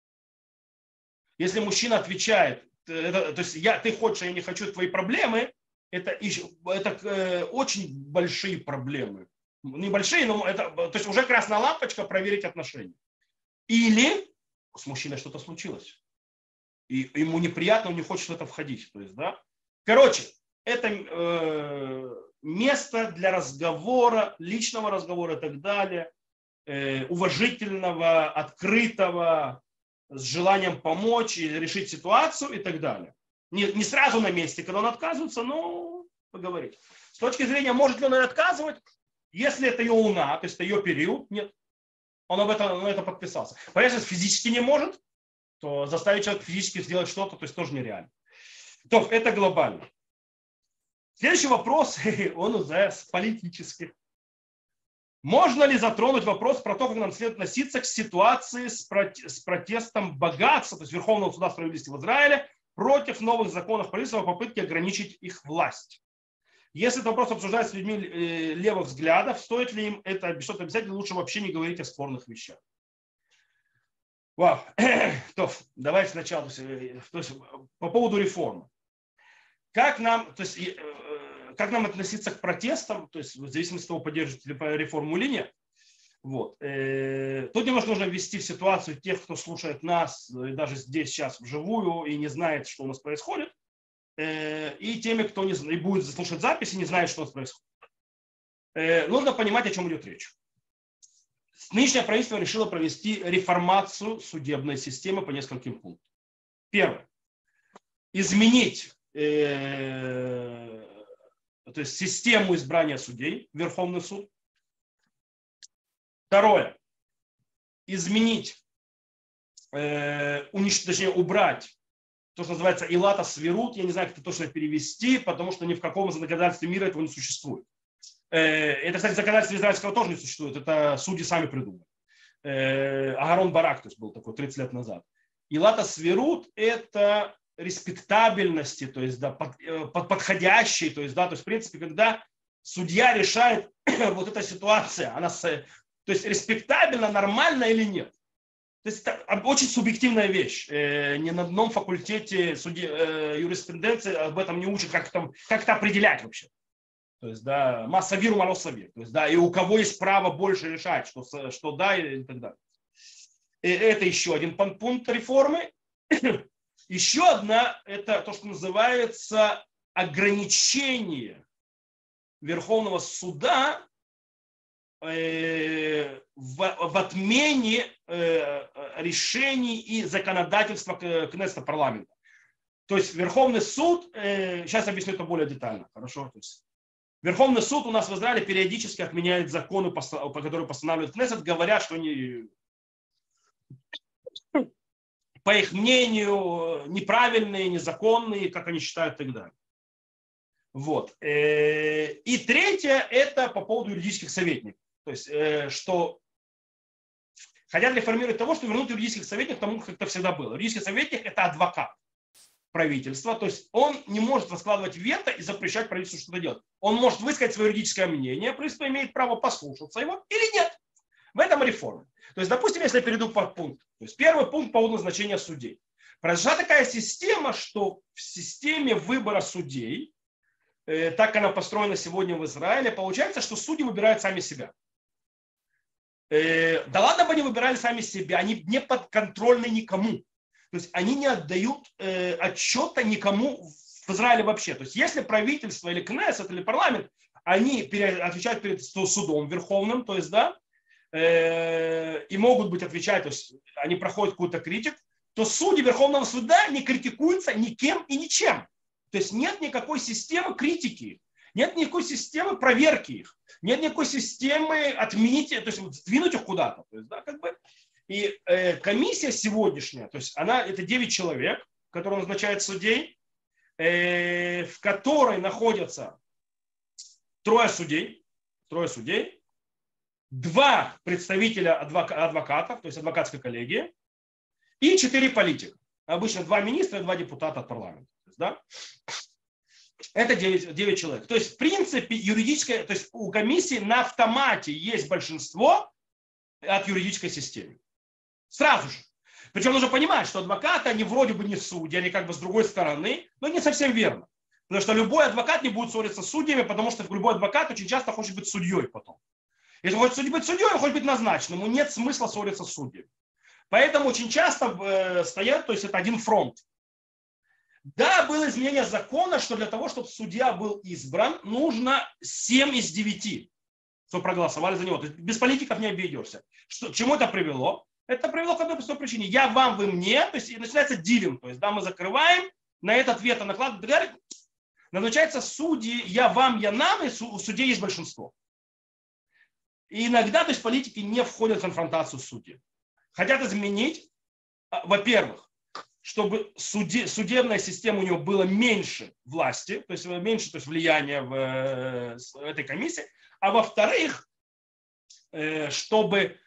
Если мужчина отвечает, то есть ты хочешь, а я не хочу, твои проблемы, это очень большие проблемы. Небольшие, но то есть уже красная лампочка проверить отношения. Или с мужчиной что-то случилось. И ему неприятно, он не хочет в это входить. То есть, да? Короче, это место для разговора, личного разговора и так далее, уважительного, открытого, с желанием помочь и решить ситуацию и так далее. Не сразу на месте, когда он отказывается, но поговорить. С точки зрения, может ли он отказывать, если это ее луна, то есть это ее период, нет. Он на это подписался. Понятно, если физически не может, то заставить человека физически сделать что-то, то есть тоже нереально. То это глобально. Следующий вопрос, он уже политический. Можно ли затронуть вопрос про то, как нам следует относиться к ситуации с протестом богатства, то есть Верховного суда справедливости в Израиле, против новых законов правительства по попытке ограничить их власть? Если этот вопрос обсуждается с людьми левых взглядов, стоит ли им это что-то обязать, или лучше вообще не говорить о спорных вещах? Вау. То, давайте сначала, то есть, по поводу реформы. Как нам относиться к протестам, то есть в зависимости от того, поддерживать ли реформу или нет. Вот. Тут немножко нужно ввести в ситуацию тех, кто слушает нас, даже здесь сейчас вживую и не знает, что у нас происходит, и теми, кто и будет слушать записи, не знает, что у нас происходит. Нужно понимать, о чем идет речь. Нынешнее правительство решило провести реформацию судебной системы по нескольким пунктам. Первое. Изменить то есть систему избрания судей, Верховный суд. Второе. Изменить, точнее убрать то, что называется Илата Свирут. Я не знаю, как это точно перевести, потому что ни в каком законодательстве мира этого не существует. Это, кстати, законодательство израильского тоже не существует. Это судьи сами придумали. Агарон Барак, то есть был такой 30 лет назад. Илата Свирут – это респектабельности, то есть да, подходящей, то есть, да, то есть в принципе, когда судья решает, вот эта ситуация, она, то есть респектабельна, нормально или нет. То есть это очень субъективная вещь. Ни на одном факультете юриспруденции об этом не учат, как это определять вообще. То есть, да, массавиру малосавир. То есть, да, и у кого есть право больше решать, что да и так далее. И это еще один пункт реформы. Еще одна, это то, что называется ограничение Верховного суда в отмене решений и законодательства Кнессета парламента. То есть Верховный суд, сейчас объясню это более детально, хорошо? То есть Верховный суд у нас в Израиле периодически отменяет законы, которые постанавливает Кнессет, говоря, что они, по их мнению, неправильные, незаконные, как они считают, и так далее. Вот. И третье, это по поводу юридических советников. То есть, что хотят реформировать того, что вернуть юридических советников к тому, как это всегда было. Юридический советник – это адвокат правительства. То есть, он не может раскладывать вето и запрещать правительству что-то делать. Он может высказать свое юридическое мнение, правительство имеет право послушаться его или нет. В этом реформа. То есть, допустим, если я перейду по пункту. То есть, первый пункт по поводу назначения судей. Произошла такая система, что в системе выбора судей, так она построена сегодня в Израиле, получается, что судьи выбирают сами себя. Да ладно бы они выбирали сами себя, они не подконтрольны никому. То есть они не отдают отчета никому в Израиле вообще. То есть если правительство или Кнессет или парламент, они отвечают перед судом верховным, то есть, да, и могут быть отвечать, то есть они проходят какую-то критику, то судьи Верховного суда не критикуются никем и ничем. То есть нет никакой системы критики, нет никакой системы проверки их, нет никакой системы отменить, то есть сдвинуть их куда-то. То есть, да, как бы. И комиссия сегодняшняя, то есть она, это 9 человек, которые назначают судей, в которой находятся трое судей, 2 представителя адвокатов, то есть адвокатской коллегии, и 4 политика. Обычно 2 министра и 2 депутата от парламента. То есть, да? Это 9 человек. То есть, в принципе, юридическое, то есть у комиссии на автомате есть большинство от юридической системы. Сразу же. Причем нужно понимать, что адвокаты, они вроде бы не судьи, они как бы с другой стороны, но не совсем верно. Потому что любой адвокат не будет ссориться с судьями, потому что любой адвокат очень часто хочет быть судьей потом. Если он хочет быть судьей, он хочет быть назначенным, ему нет смысла ссориться с судьями. Поэтому очень часто стоят, то есть это один фронт. Да, было изменение закона, что для того, чтобы судья был избран, нужно 7 из 9, чтобы проголосовали за него. То есть без политиков не обойдешься. К чему это привело? Это привело к одной простой причине. Я вам, вы мне, то есть и начинается дилинг. То есть да, мы закрываем, на этот вето накладываем, назначаются судьи, я вам, я нам, и у судей есть большинство. И иногда, то есть политики не входят в конфронтацию с судьями. Хотят изменить, во-первых, чтобы судебная система у него было меньше власти, то есть меньше, то есть влияния в этой комиссии, а во-вторых, чтобы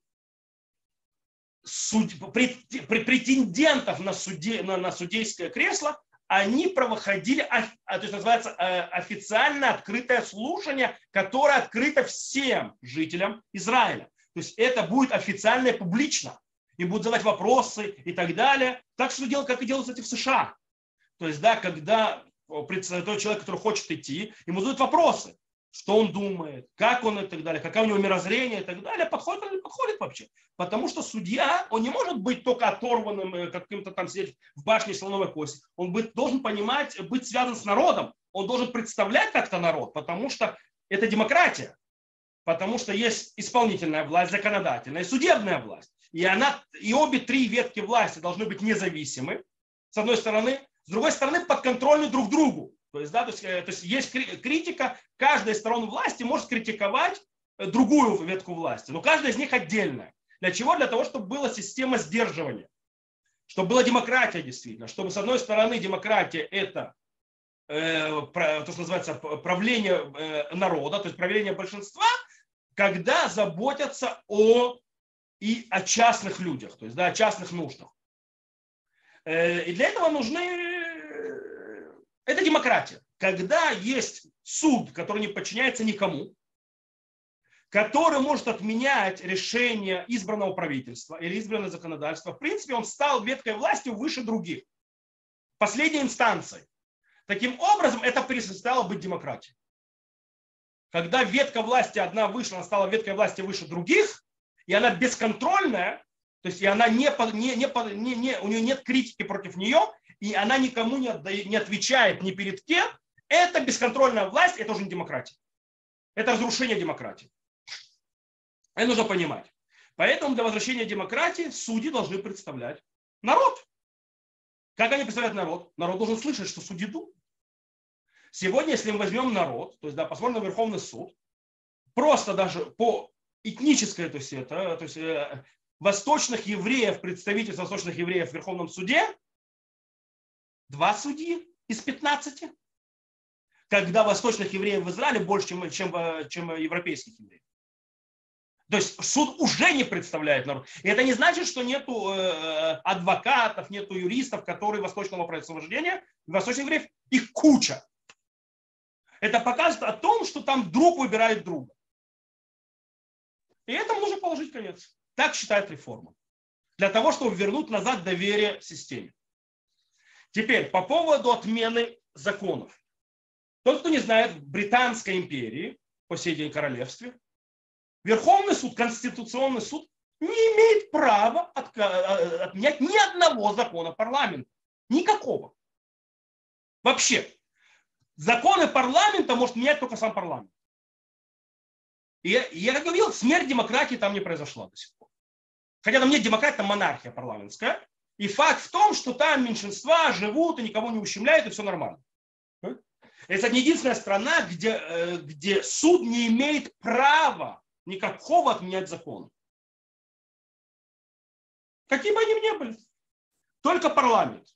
претендентов на судейское кресло, они проходили, то есть называется официально открытое слушание, которое открыто всем жителям Израиля. То есть это будет официально и публично. Им будут задавать вопросы и так далее. Так что делать, как и делают, кстати, в США. То есть, да, когда тот человек, который хочет идти, ему задают вопросы. Что он думает, как он и так далее, какое у него мирозрение и так далее, подходит или не подходит вообще. Потому что судья, он не может быть только оторванным, каким-то там сидеть в башне слоновой кости. Он должен понимать, быть связан с народом. Он должен представлять как-то народ, потому что это демократия. Потому что есть исполнительная власть, законодательная и судебная власть. И обе 3 ветки власти должны быть независимы, с одной стороны, с другой стороны, подконтрольны друг другу. То есть, да, то есть есть критика, каждая из сторон власти может критиковать другую ветку власти, но каждая из них отдельная. Для чего? Для того, чтобы была система сдерживания, чтобы была демократия действительно, чтобы с одной стороны демократия это то, что называется правление народа, то есть правление большинства, когда заботятся о частных людях, то есть да, о частных нуждах. И для этого нужны... Это демократия. когда есть суд, который не подчиняется никому, который может отменять решение избранного правительства или избранное законодательство, в принципе, он стал веткой власти выше других, последней инстанцией. Таким образом, это перестало быть демократией. Когда ветка власти одна вышла, она стала веткой власти выше других, и она бесконтрольная, то есть и она у нее нет критики против нее, и она никому не отвечает ни перед кем, это бесконтрольная власть, это уже не демократия. Это разрушение демократии. Это нужно понимать. Поэтому для возвращения демократии судьи должны представлять народ. Как они представляют народ? Народ должен слышать, что судьи думают. Сегодня, если мы возьмем народ, то есть, да, посмотрим на Верховный суд, просто даже по этнической, то есть восточных евреев, представительство восточных евреев в Верховном суде, 2 судьи из 15, когда восточных евреев в Израиле больше, чем европейских евреев. То есть суд уже не представляет народ. И это не значит, что нету адвокатов, нету юристов, которые восточного происхождения, восточных евреев, их куча. Это показывает о том, что там друг выбирает друга. И этому нужно положить конец. Так считает реформа. Для того, чтобы вернуть назад доверие системе. Теперь, по поводу отмены законов. Тот, кто не знает, в Британской империи, по сей день королевстве, Верховный суд, Конституционный суд не имеет права отменять ни одного закона парламента. Никакого. Вообще. Законы парламента может менять только сам парламент. И я как говорил, смерть демократии там не произошла до сих пор. Хотя там нет демократии, там монархия парламентская. И факт в том, что там меньшинства живут и никого не ущемляют, и все нормально. Это не единственная страна, где суд не имеет права никакого отменять закон. Какие бы они ни были. Только парламент.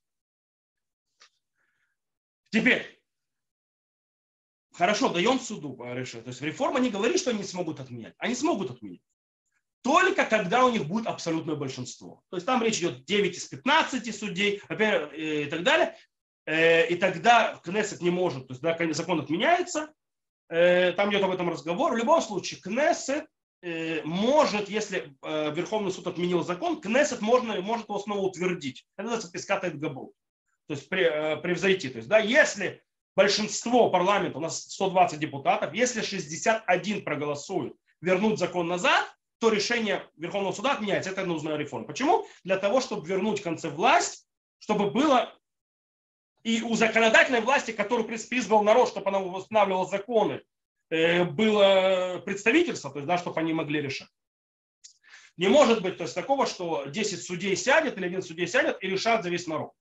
Теперь. Хорошо, даем суду решение. То есть реформа не говорит, что они смогут отменять. Они смогут отменять. Только когда у них будет абсолютное большинство. То есть там речь идет 9 из 15 судей и так далее. И тогда Кнессет не может, то есть да, закон отменяется. Там идет об этом разговор. В любом случае Кнессет может, если Верховный суд отменил закон, Кнессет может его снова утвердить. Это называется пескат эт-габрут. То есть превзойти. То есть да, если большинство парламента, у нас 120 депутатов, если 61 проголосуют вернуть закон назад, то решение Верховного суда отменяется. Это нужная реформа. Почему? Для того, чтобы вернуть в конце власть, чтобы было и у законодательной власти, которую призвал народ, чтобы она восстанавливала законы, было представительство, то есть, да, чтобы они могли решать. Не может быть то есть, такого, что 10 судей сядет или 1 судей сядет и решат за весь народ.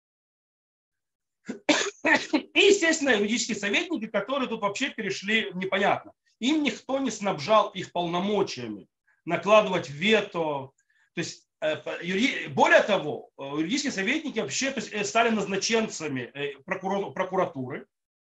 И, естественно, юридические советники, которые тут вообще перешли непонятно. Им никто не снабжал их полномочиями накладывать вето. То есть, более того, юридические советники вообще то есть, стали назначенцами прокуратуры.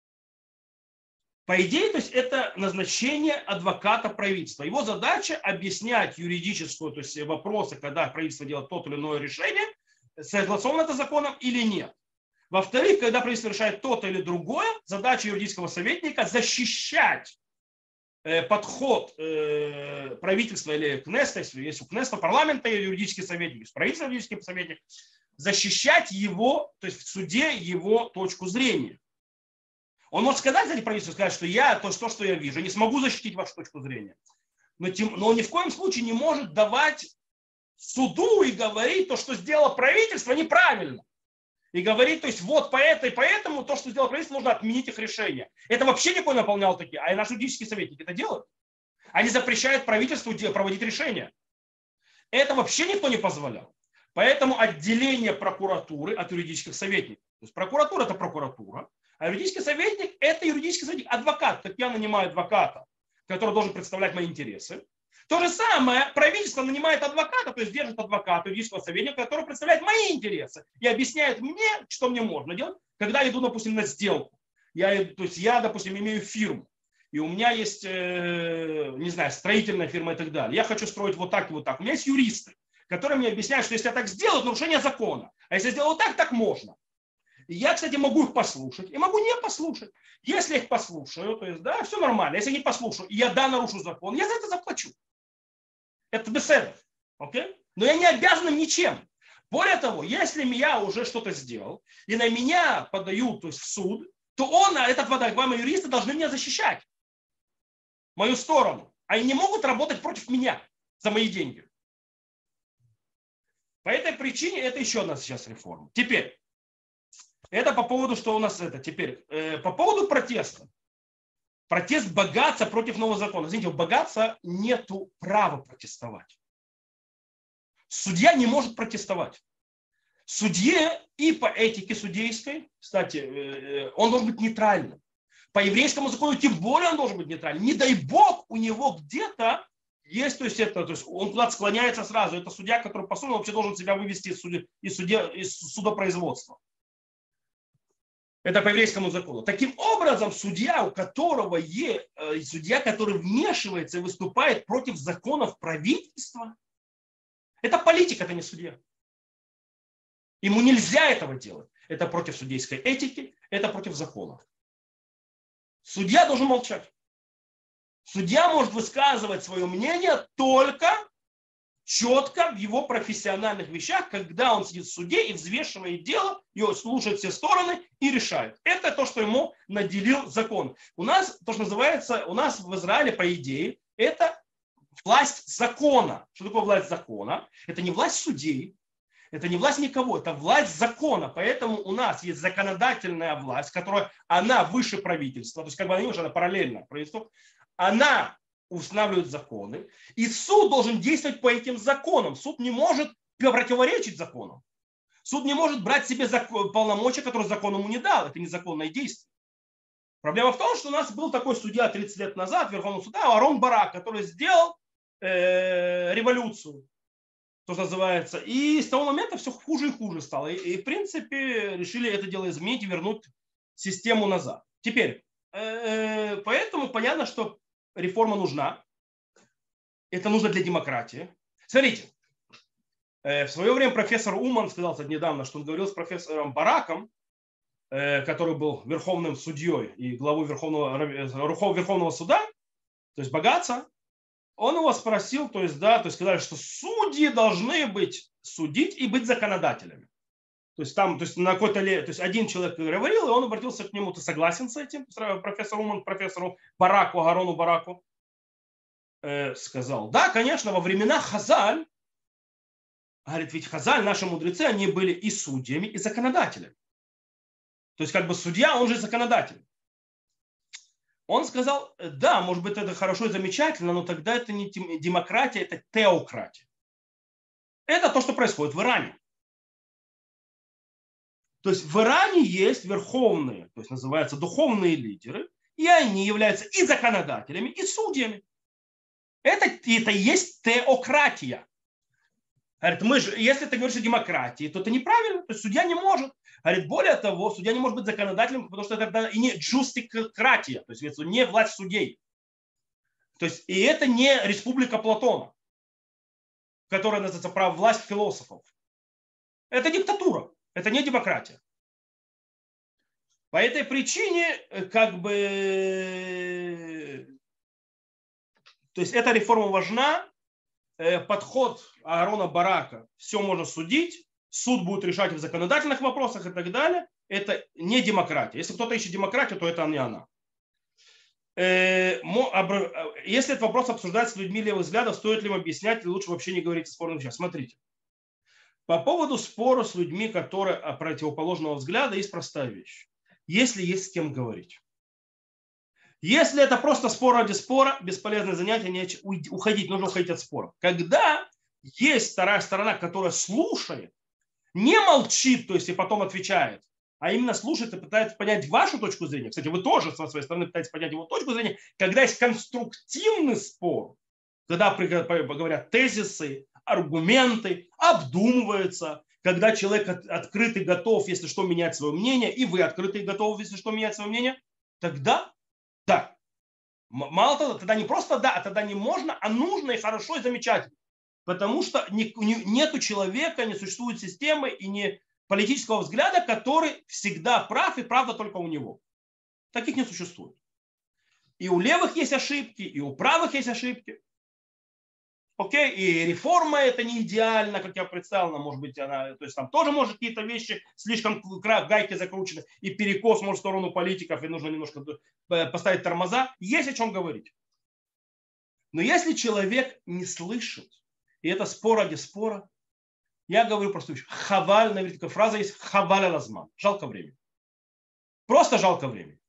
По идее, то есть, это назначение адвоката правительства. Его задача объяснять юридическую, то есть, вопросы, когда правительство делает то или иное решение, согласовано это законом или нет. Во-вторых, когда правительство решает то-то или другое, задача юридического советника защищать подход правительства или Кнессета, если у Кнессета парламента юридический советник, если правительство юридический советник, защищать его, то есть в суде его точку зрения. Он может сказать, кстати, правительству, сказать, что я, то, что я вижу, не смогу защитить вашу точку зрения. Но он ни в коем случае не может давать суду и говорить то, что сделало правительство, неправильно. И говорить, то есть вот поэтому то, что сделало правительство, нужно отменить их решение. Это вообще никто не наполнял такие, а и наши юридические советники это делают. Они запрещают правительству проводить решения. Это вообще никто не позволял. Поэтому отделение прокуратуры от юридических советников. То есть прокуратура – это прокуратура, а юридический советник – это юридический советник, адвокат. Так я нанимаю адвоката, который должен представлять мои интересы. То же самое правительство нанимает адвоката, то есть держит адвоката, юридического советника, который представляет мои интересы и объясняет мне, что мне можно делать, когда я иду, допустим, на сделку. Я, допустим, имею фирму, и у меня есть, не знаю, строительная фирма и так далее. Я хочу строить вот так и вот так. У меня есть юристы, которые мне объясняют, что если я так сделаю, это нарушение закона. А если я сделаю вот так, так можно. Я, кстати, могу их послушать и могу не послушать. Если я их послушаю, то есть, да, все нормально. Если не послушаю, и я, да, нарушу закон, я за это заплачу. Это беседа. Окей? Но я не обязан им ничем. Более того, если я уже что-то сделал, и на меня подают, то есть в суд, то этот водоагвамый юристы должны меня защищать. Мою сторону. Они не могут работать против меня за мои деньги. По этой причине это еще одна сейчас реформа. Теперь, это по поводу, что у нас это. Теперь, по поводу протеста. Протест богатца против нового закона. Извините, у богатца нет права протестовать. Судья не может протестовать. Судье и по этике судейской, кстати, он должен быть нейтральным. По еврейскому закону тем более он должен быть нейтральным. Не дай бог у него где-то есть, то есть он куда-то склоняется сразу. Это судья, который по сути вообще должен себя вывести из судопроизводства. Это по еврейскому закону. Таким образом, судья, судья, который вмешивается и выступает против законов правительства, это политик, это не судья. Ему нельзя этого делать. Это против судейской этики, это против закона. Судья должен молчать. Судья может высказывать свое мнение только четко в его профессиональных вещах, когда он сидит в суде и взвешивает дело, и слушает все стороны и решает. Это то, что ему наделил закон. У нас, то, что называется, у нас в Израиле, по идее, это власть закона. Что такое власть закона? Это не власть судей, это не власть никого, это власть закона. Поэтому у нас есть законодательная власть, которая, она выше правительства, то есть как бы она параллельно правительству, она устанавливает законы, и суд должен действовать по этим законам. Суд не может противоречить законам. Суд не может брать себе полномочия, которые закон ему не дал. Это незаконное действие. Проблема в том, что у нас был такой судья 30 лет назад в Верховном суде, Аарон Барак, который сделал революцию, то, что называется. И с того момента все хуже и хуже стало. И в принципе решили это дело изменить и вернуть систему назад. Теперь, поэтому понятно, что реформа нужна. Это нужно для демократии. Смотрите, в свое время профессор Уман сказал недавно, что он говорил с профессором Бараком, который был верховным судьей и главой Верховного суда, то есть богатца. Он его спросил, то есть сказали, что судьи должны судить и быть законодателями. То есть там, то есть на какой-то, то есть один человек говорил, и он обратился к нему: ты согласен с этим, профессор Уман, профессору Бараку, Агарону Бараку? Сказал: да, конечно, во времена Хазаль, говорит, ведь Хазаль, наши мудрецы, они были и судьями, и законодателями. То есть как бы судья, он же законодатель. Он сказал: да, может быть, это хорошо и замечательно, но тогда это не демократия, это теократия. Это то, что происходит в Иране. То есть в Иране есть верховные, то есть называются духовные лидеры, и они являются и законодателями, и судьями. Это и есть теократия. Говорит, если ты говоришь о демократии, то это неправильно. То есть судья не может. Говорит, более того, судья не может быть законодателем, потому что это и не джустикратия, то есть не власть судей. То есть и это не республика Платона, которая называется власть философов. Это диктатура, это не демократия. По этой причине, то есть эта реформа важна. Подход Аарона Барака: все можно судить, суд будет решать в законодательных вопросах и так далее. Это не демократия. Если кто-то ищет демократию, то это не она. Если этот вопрос обсуждать с людьми левых взглядов, стоит ли им объяснять, или лучше вообще не говорить о спорных вещах? Смотрите. По поводу спора с людьми, которые противоположного взгляда, есть простая вещь. Если есть с кем говорить. Если это просто спор ради спора, бесполезное занятие, уходить, нужно уходить от спора. Когда есть вторая сторона, которая слушает, не молчит, то есть и потом отвечает, а именно слушает и пытается понять вашу точку зрения. Кстати, вы тоже со своей стороны пытаетесь понять его точку зрения. Когда есть конструктивный спор, когда говорят тезисы, аргументы, обдумывается, когда человек открыт и готов, если что, менять свое мнение, и вы открыты и готовы, если что, менять свое мнение, тогда да. Мало того, тогда не просто да, а тогда не можно, а нужно и хорошо, и замечательно. Потому что нету человека, не существует системы, и политического взгляда, который всегда прав и правда только у него. Таких не существует. И у левых есть ошибки, и у правых есть ошибки. Окей, и реформа это не идеально, как я представил, но может быть она, то есть там тоже может какие-то вещи слишком гайки закручены, и перекос может в сторону политиков, и нужно немножко поставить тормоза. Есть о чем говорить. Но если человек не слышит, и это спор ради спора, я говорю простую вещь. Хаваль, наверное, такая фраза есть, хаваль алазман. Жалко времени. Просто жалко времени.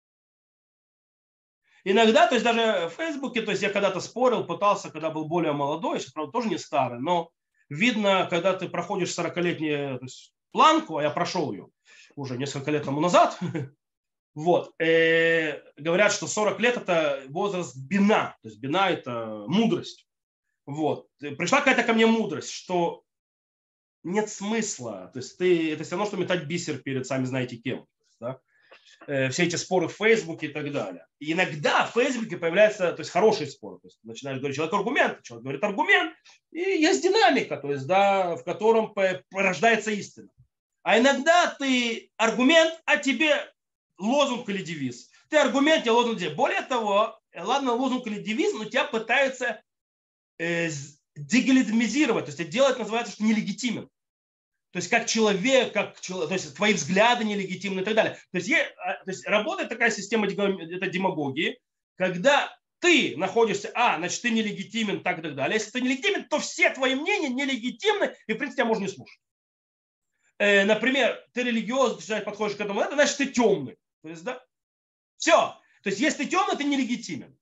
Иногда, то есть даже в Фейсбуке, то есть я когда-то спорил, пытался, когда был более молодой, сейчас, правда, тоже не старый, но видно, когда ты проходишь 40-летнюю планку, а я прошел ее уже несколько лет тому назад, вот, говорят, что 40 лет это возраст бина, то есть бина это мудрость. Вот. Пришла какая-то ко мне мудрость, что нет смысла, то есть это все равно, что метать бисер перед сами знаете кем. Да? Все эти споры в Фейсбуке и так далее. И иногда в Фейсбуке появляются, то есть хорошие споры. То есть начинаешь говорить человек аргумент, человек говорит аргумент, и есть динамика, то есть, да, в котором порождается истина. А иногда ты аргумент, а тебе лозунг или девиз. Ты аргумент, тебе лозунг, девиз. Более того, ладно, лозунг или девиз, но тебя пытаются дегалитимизировать, то есть делать называется, что нелегитимен. То есть как человек, то есть твои взгляды нелегитимны и так далее. То есть работает такая система это демагогии, когда ты находишься, значит, ты нелегитимен, так и так далее. Если ты нелегитимен, то все твои мнения нелегитимны, и, в принципе, тебя можно не слушать. Например, ты религиозный, подходишь к этому, это значит, ты темный. То есть, да, все. То есть, если ты темный, ты нелегитимен.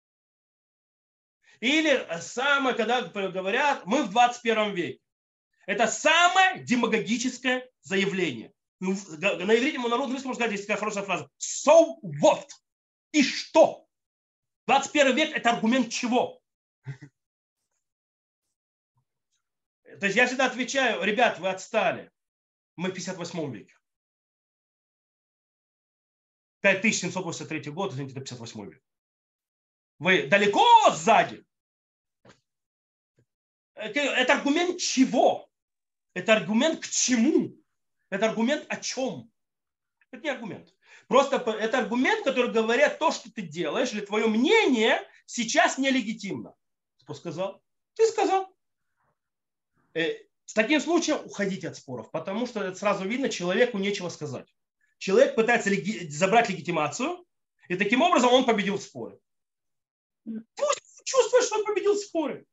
Или самое, когда говорят, мы в 21 веке. Это самое демагогическое заявление. На иврите, на русском можно сказать, есть такая хорошая фраза. So what? И что? 21 век – это аргумент чего? То есть я всегда отвечаю, ребят, вы отстали. Мы в 58 веке. 5783 год, извините, это 58 век. Вы далеко сзади. Это аргумент чего? Это аргумент к чему? Это аргумент о чем? Это не аргумент. Просто это аргумент, который говорит то, что ты делаешь, или твое мнение сейчас нелегитимно. Кто сказал? Ты сказал. С таким случаем уходите от споров, потому что это сразу видно, человеку нечего сказать. Человек пытается забрать легитимацию, и таким образом он победил в споре. Пусть чувствует, что он победил в споре.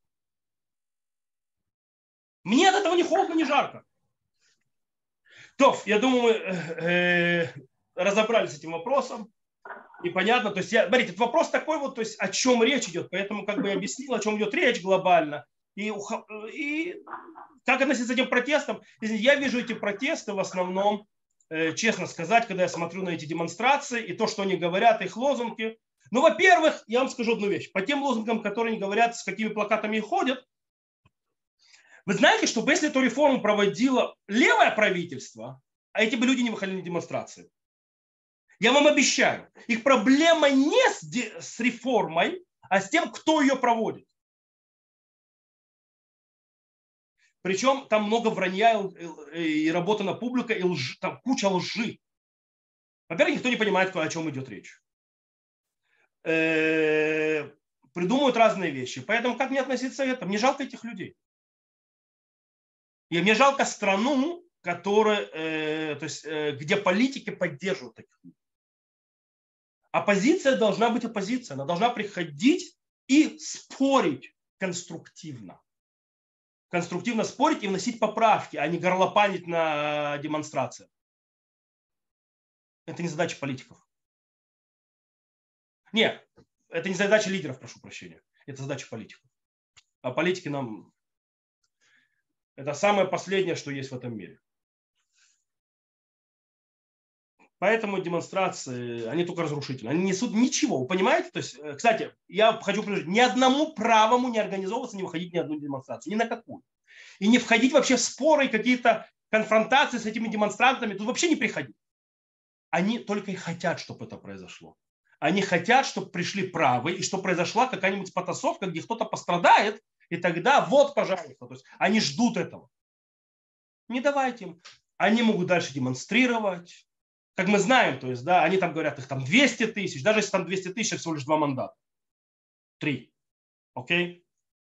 Мне от этого ни холодно, ни жарко. То, я думаю, мы разобрались с этим вопросом. Непонятно. То есть, смотрите, этот вопрос такой вот, то есть, о чем речь идет. Поэтому, как бы я объяснил, о чем идет речь глобально. И как относиться к этим протестам? Я вижу эти протесты в основном, честно сказать, когда я смотрю на эти демонстрации и то, что они говорят, их лозунги. Ну, во-первых, я вам скажу одну вещь. По тем лозунгам, которые они говорят, с какими плакатами ходят, вы знаете, что если эту реформу проводило левое правительство, а эти бы люди не выходили на демонстрации, я вам обещаю, их проблема не с реформой, а с тем, кто ее проводит. Причем там много вранья и работа на публику, и там куча лжи. Во-первых, никто не понимает, о чем идет речь. Придумывают разные вещи. Поэтому как мне относиться к этому? Мне жалко этих людей. И мне жалко страну, которая, то есть, где политики поддерживают таких людей. Оппозиция должна быть оппозицией. Она должна приходить и спорить конструктивно. Конструктивно спорить и вносить поправки, а не горлопанить на демонстрациях. Это не задача политиков. Нет, это не задача лидеров, прошу прощения. Это задача политиков. А политики нам... Это самое последнее, что есть в этом мире. Поэтому демонстрации, они только разрушительны. Они несут ничего. Вы понимаете? То есть, кстати, я хочу предложить, ни одному правому не организовываться, не выходить ни одну демонстрацию. Ни на какую. И не входить вообще в споры, какие-то конфронтации с этими демонстрантами. Тут вообще не приходить. Они только и хотят, чтобы это произошло. Они хотят, чтобы пришли правые, и чтобы произошла какая-нибудь потасовка, где кто-то пострадает, и тогда вот, пожалуйста. То есть они ждут этого. Не давайте им. они могут дальше демонстрировать. Как мы знаем, то есть, да, они там говорят, их там 200 тысяч, даже если там 200 тысяч, всего лишь 2 мандата. 3. Окей?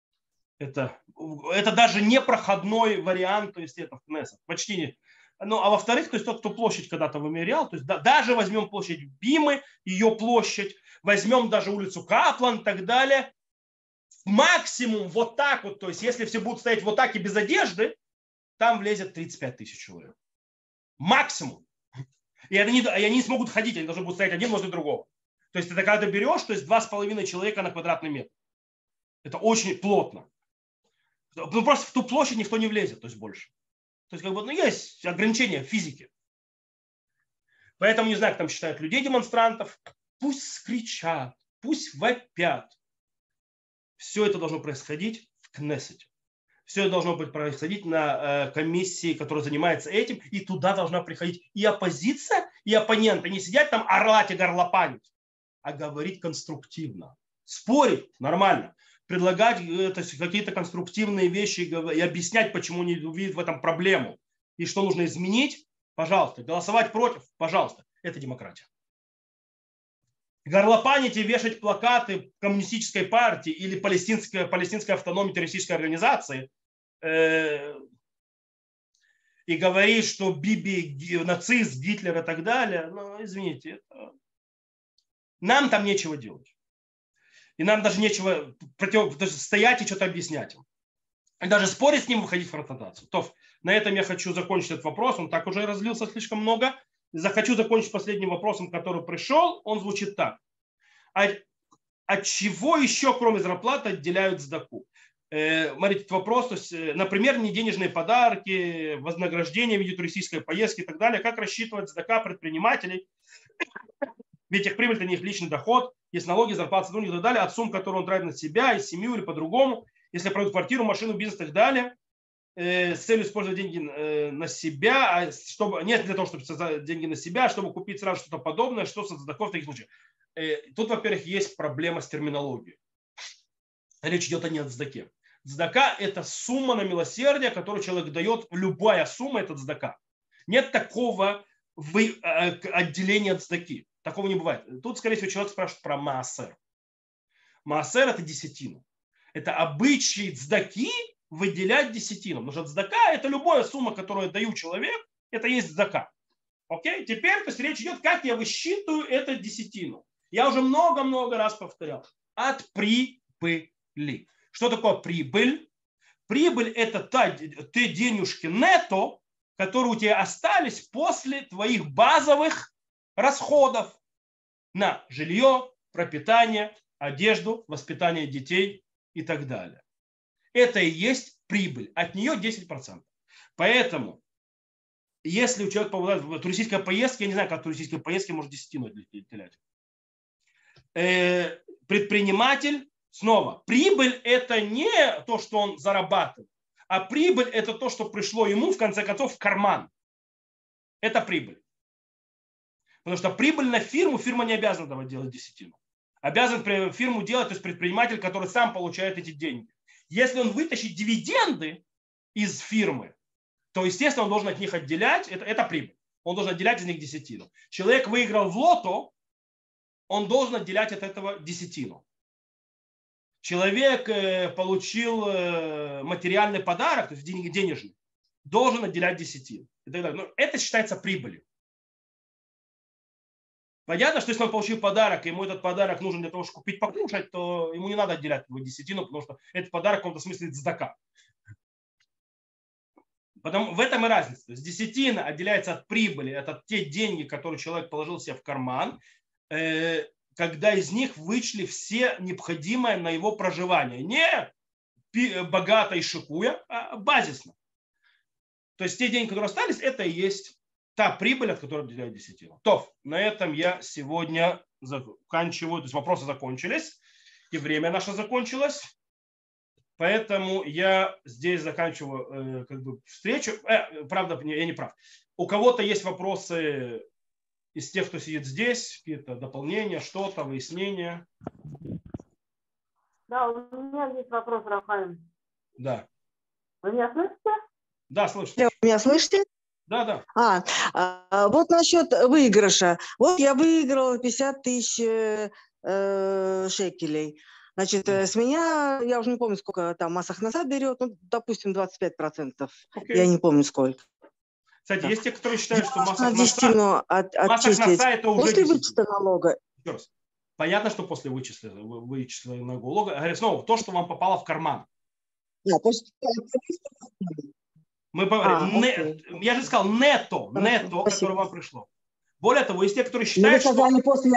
Это даже не проходной вариант, то есть это в Кнессет. Почти не. Ну, а во-вторых, то есть тот, кто площадь когда-то вымерял, то есть даже возьмем площадь Бимы, ее площадь, возьмем даже улицу Каплан и так далее, максимум вот так вот, то есть если все будут стоять вот так и без одежды, там влезет 35 тысяч человек. Максимум. И они не смогут ходить, они должны будут стоять один возле другого. То есть это когда ты берешь, то есть 2,5 человека на квадратный метр. Это очень плотно. Ну, просто в ту площадь никто не влезет, то есть больше. То есть, как бы, ну, есть ограничения физики. Поэтому не знаю, как там считают людей, демонстрантов. Пусть кричат, пусть вопят. Все это должно происходить в Кнессете. Все это должно происходить на комиссии, которая занимается этим. И туда должна приходить и оппозиция, и оппоненты. Не сидят там орлать и горлопанить, а говорить конструктивно. Спорить нормально. Предлагать какие-то конструктивные вещи и объяснять, почему не видят в этом проблему. И что нужно изменить, пожалуйста. Голосовать против, пожалуйста. Это демократия. Горлопанить и вешать плакаты коммунистической партии или палестинской автономной террористической организации и говорить, что Биби нацист, Гитлер и так далее, ну, извините, нам там нечего делать. И нам даже нечего стоять и что-то объяснять им. И даже спорить с ним, выходить в конфронтацию. То, на этом я хочу закончить этот вопрос. Он так уже разлился слишком много. Хочу закончить последним вопросом, который пришел. Он звучит так. От чего еще, кроме зарплаты, отделяют цдаку? Смотрите, этот вопрос. То есть, например, не денежные подарки, вознаграждение в виде туристической поездки и так далее. Как рассчитывать цдака предпринимателей? Ведь их прибыль – это не их личный доход, есть налоги, зарплаты, сотрудников и так далее, от сумм, которые он тратит на себя и семью или по-другому, если продают квартиру, машину, бизнес и так далее, с целью использовать деньги на себя, чтобы, нет для того, чтобы создать деньги на себя, чтобы купить сразу что-то подобное, что со цдакой в таких случаях. Тут, во-первых, есть проблема с терминологией. Речь идет не о цдаке. Цдака – это сумма на милосердие, которую человек дает, любая сумма – это цдака. Нет такого отделения от цдаки. Такого не бывает. Тут, скорее всего, человек спрашивает про маасер. Маасер – это десятину. Это обычай цдаки выделять десятину. Потому что цдака – это любая сумма, которую я даю человеку, это есть цдака. Окей? Теперь то есть, речь идет, как я высчитываю эту десятину. Я уже много-много раз повторял. От прибыли. Что такое прибыль? Прибыль – это те денежки нетто, которые у тебя остались после твоих базовых расходов на жилье, пропитание, одежду, воспитание детей и так далее. Это и есть прибыль. От нее 10%. Поэтому, если у человека попадает в туристическая поездка, я не знаю, как туристическая поездка может десятину отделять. Предприниматель, снова, прибыль – это не то, что он зарабатывает, а прибыль – это то, что пришло ему, в конце концов, в карман. Это прибыль. Потому что прибыль на фирму, фирма не обязана давать делать десятину. Обязан фирму делать, то есть предприниматель, который сам получает эти деньги. Если он вытащит дивиденды из фирмы, то, естественно, он должен от них отделять, это прибыль. Он должен отделять из них десятину. Человек выиграл в лото, он должен отделять от этого десятину. Человек получил материальный подарок, то есть деньги денежные, должен отделять десятину. Но это считается прибылью. Понятно, что если он получил подарок, и ему этот подарок нужен для того, чтобы купить покушать, то ему не надо отделять его десятину, потому что этот подарок в каком-то смысле цдака. В этом и разница. То есть десятина отделяется от прибыли, это те деньги, которые человек положил себе в карман, когда из них вычли все необходимое на его проживание. Не богато и шикуя, а базисно. То есть те деньги, которые остались, это и есть та прибыль, от которой отделяют десятину. То, на этом я сегодня заканчиваю. То есть вопросы закончились, и время наше закончилось. Поэтому я здесь заканчиваю встречу. Правда, я не прав. У кого-то есть вопросы из тех, кто сидит здесь, какие-то дополнения, что-то, выяснения? Да, у меня есть вопрос, Рафаэль. Да. Вы меня слышите? Да, слышите. Вы меня слышите? Да, да. Вот насчет выигрыша. Вот я выиграла 50 тысяч шекелей. Значит, с меня, я уже не помню, сколько там Масахнаса берет, ну, допустим, 25%. Окей. Я не помню, сколько. Кстати, есть те, которые считают, что Масахнаса это уже после 10. вычета налога. Еще раз. Понятно, что после вычисленного налога. Говорю, снова, то, что вам попало в карман. Я же сказал нетто, которое вам пришло. Более того, есть те, которые считают, что... Вы после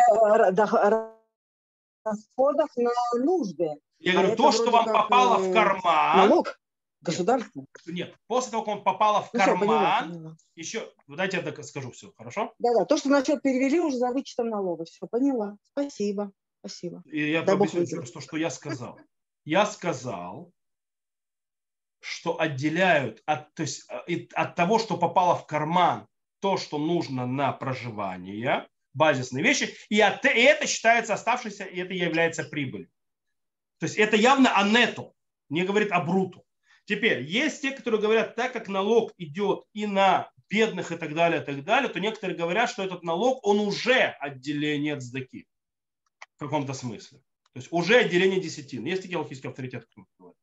расходов на нужды. Я говорю, то, что вам попало в карман... Налог государства. Нет, после того, как вам попало в карман... Еще, дайте я скажу все, хорошо? Да, то, что на счет перевели уже за вычетом налога. Все, поняла. Спасибо. И я объясню еще раз то, что я сказал. Я сказал, что отделяют от того, что попало в карман, то, что нужно на проживание, базисные вещи, и это считается оставшейся, и это является прибылью. То есть это явно о нетто, не говорит о бруту. Теперь, есть те, которые говорят, так как налог идет и на бедных и так далее, то некоторые говорят, что этот налог, он уже отделение от сдаки в каком-то смысле. То есть уже отделение десятины. Есть такие алахийские авторитеты, которые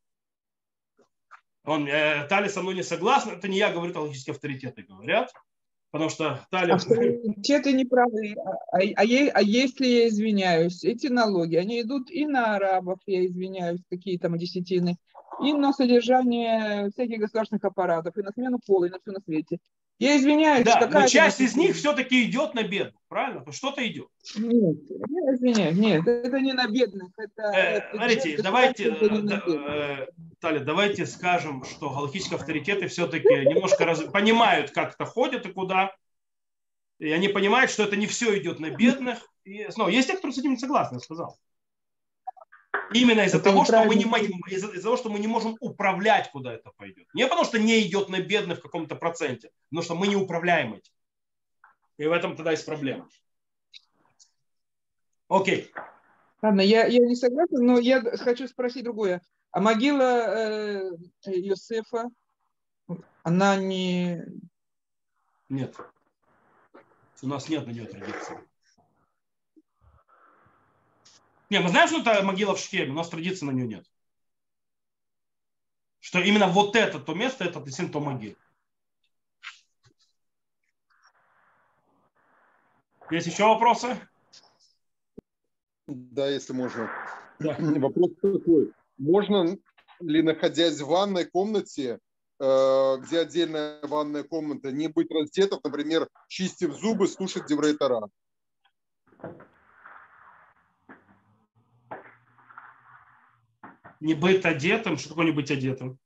говорят. Тали со мной не согласна, это не я говорю, это алахийские авторитеты говорят. Потому что Тали... Авторитеты не правы. Если я извиняюсь, эти налоги, они идут и на арабов, я извиняюсь, какие там десятины, и на содержание всяких государственных аппаратов, и на смену пола, и на все на свете. Я извиняюсь, да, но часть из них все-таки идет на бедных, правильно? То что-то идет. Нет, я извиняюсь, нет, это не на бедных. Смотрите, давайте, Таля, давайте скажем, что галактические авторитеты все-таки немножко понимают, как это ходит и куда. И они понимают, что это не все идет на бедных. И, снова, есть те, которые с этим не согласны, я сказал. Именно из-за того, что мы не можем управлять, куда это пойдет. Не потому, что не идет на бедных в каком-то проценте, но что мы не управляем этим. И в этом тогда есть проблема. Окей. Ладно, я не согласна, но я хочу спросить другое. А могила Йосефа, она не... Нет. У нас нет на нее традиции. Не, мы знаем, что это могила в Шхеме, у нас традиции на нее нет. Что именно вот это то место, это действительно то могила. Есть еще вопросы? Да, если можно. Да. Вопрос такой. Можно ли, находясь в ванной комнате, где отдельная ванная комната, не быть раздетым, например, чистив зубы, слушать Деврей Тора? Не быть одетым? Что такое не быть одетым?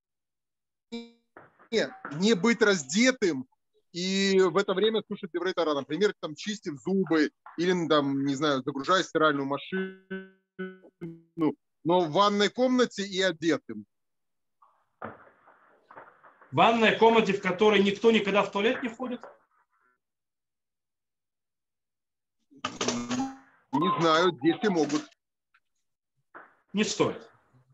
Нет, не быть раздетым и в это время слушать Деврей Тора. Например, там, чистив зубы или, там, не знаю, загружая стиральную машину, но в ванной комнате и одетым. В ванной комнате, в которой никто никогда в туалет не ходит? Не знаю, дети могут. Не стоит.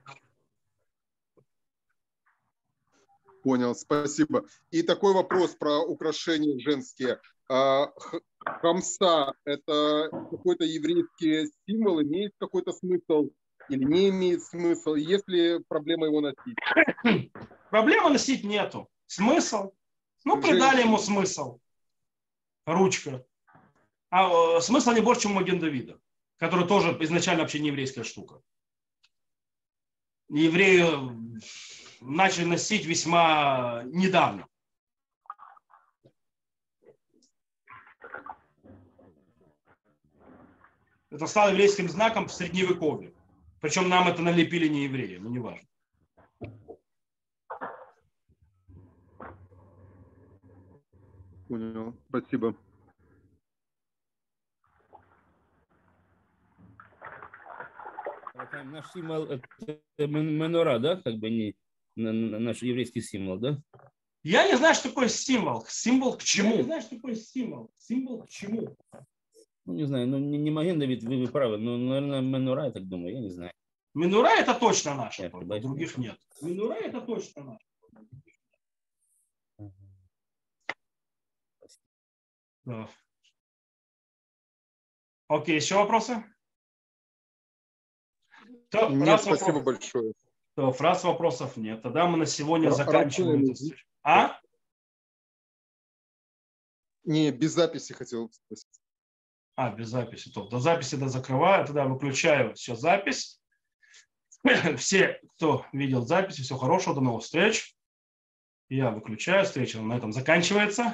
Понял, спасибо. И такой вопрос про украшения женские. Хамса – это какой-то еврейский символ, имеет какой-то смысл или не имеет смысл? Есть ли проблема его носить? Проблемы носить нету. Смысл? Ну, придали ему смысл. Ручка. А смысл не больше, чем у Маген Давида, который тоже изначально вообще не еврейская штука. Евреи начали носить весьма недавно. Это стало еврейским знаком в Средневековье. Причем нам это налепили не евреи, но не важно. Понял, спасибо. Наш символ это менора, да, как бы не наш еврейский символ, да? Я не знаю, что такое символ. Символ к чему? Я не знаю, что такое символ. Символ к чему? Ну, не знаю, ну не Маген Давид, вы правы, но, наверное, менора, я так думаю, я не знаю. Менура это точно наша, других нет. Менура это точно наша. Да. Окей, еще вопросы? Нет, спасибо большое. Раз вопросов нет. Тогда мы на сегодня заканчиваем эту встречу. Не, без записи хотел спросить. Без записи. До записи закрываю, тогда выключаю сейчас запись. Все, кто видел запись, всего хорошего, до новых встреч. Я выключаю, встреча на этом заканчивается.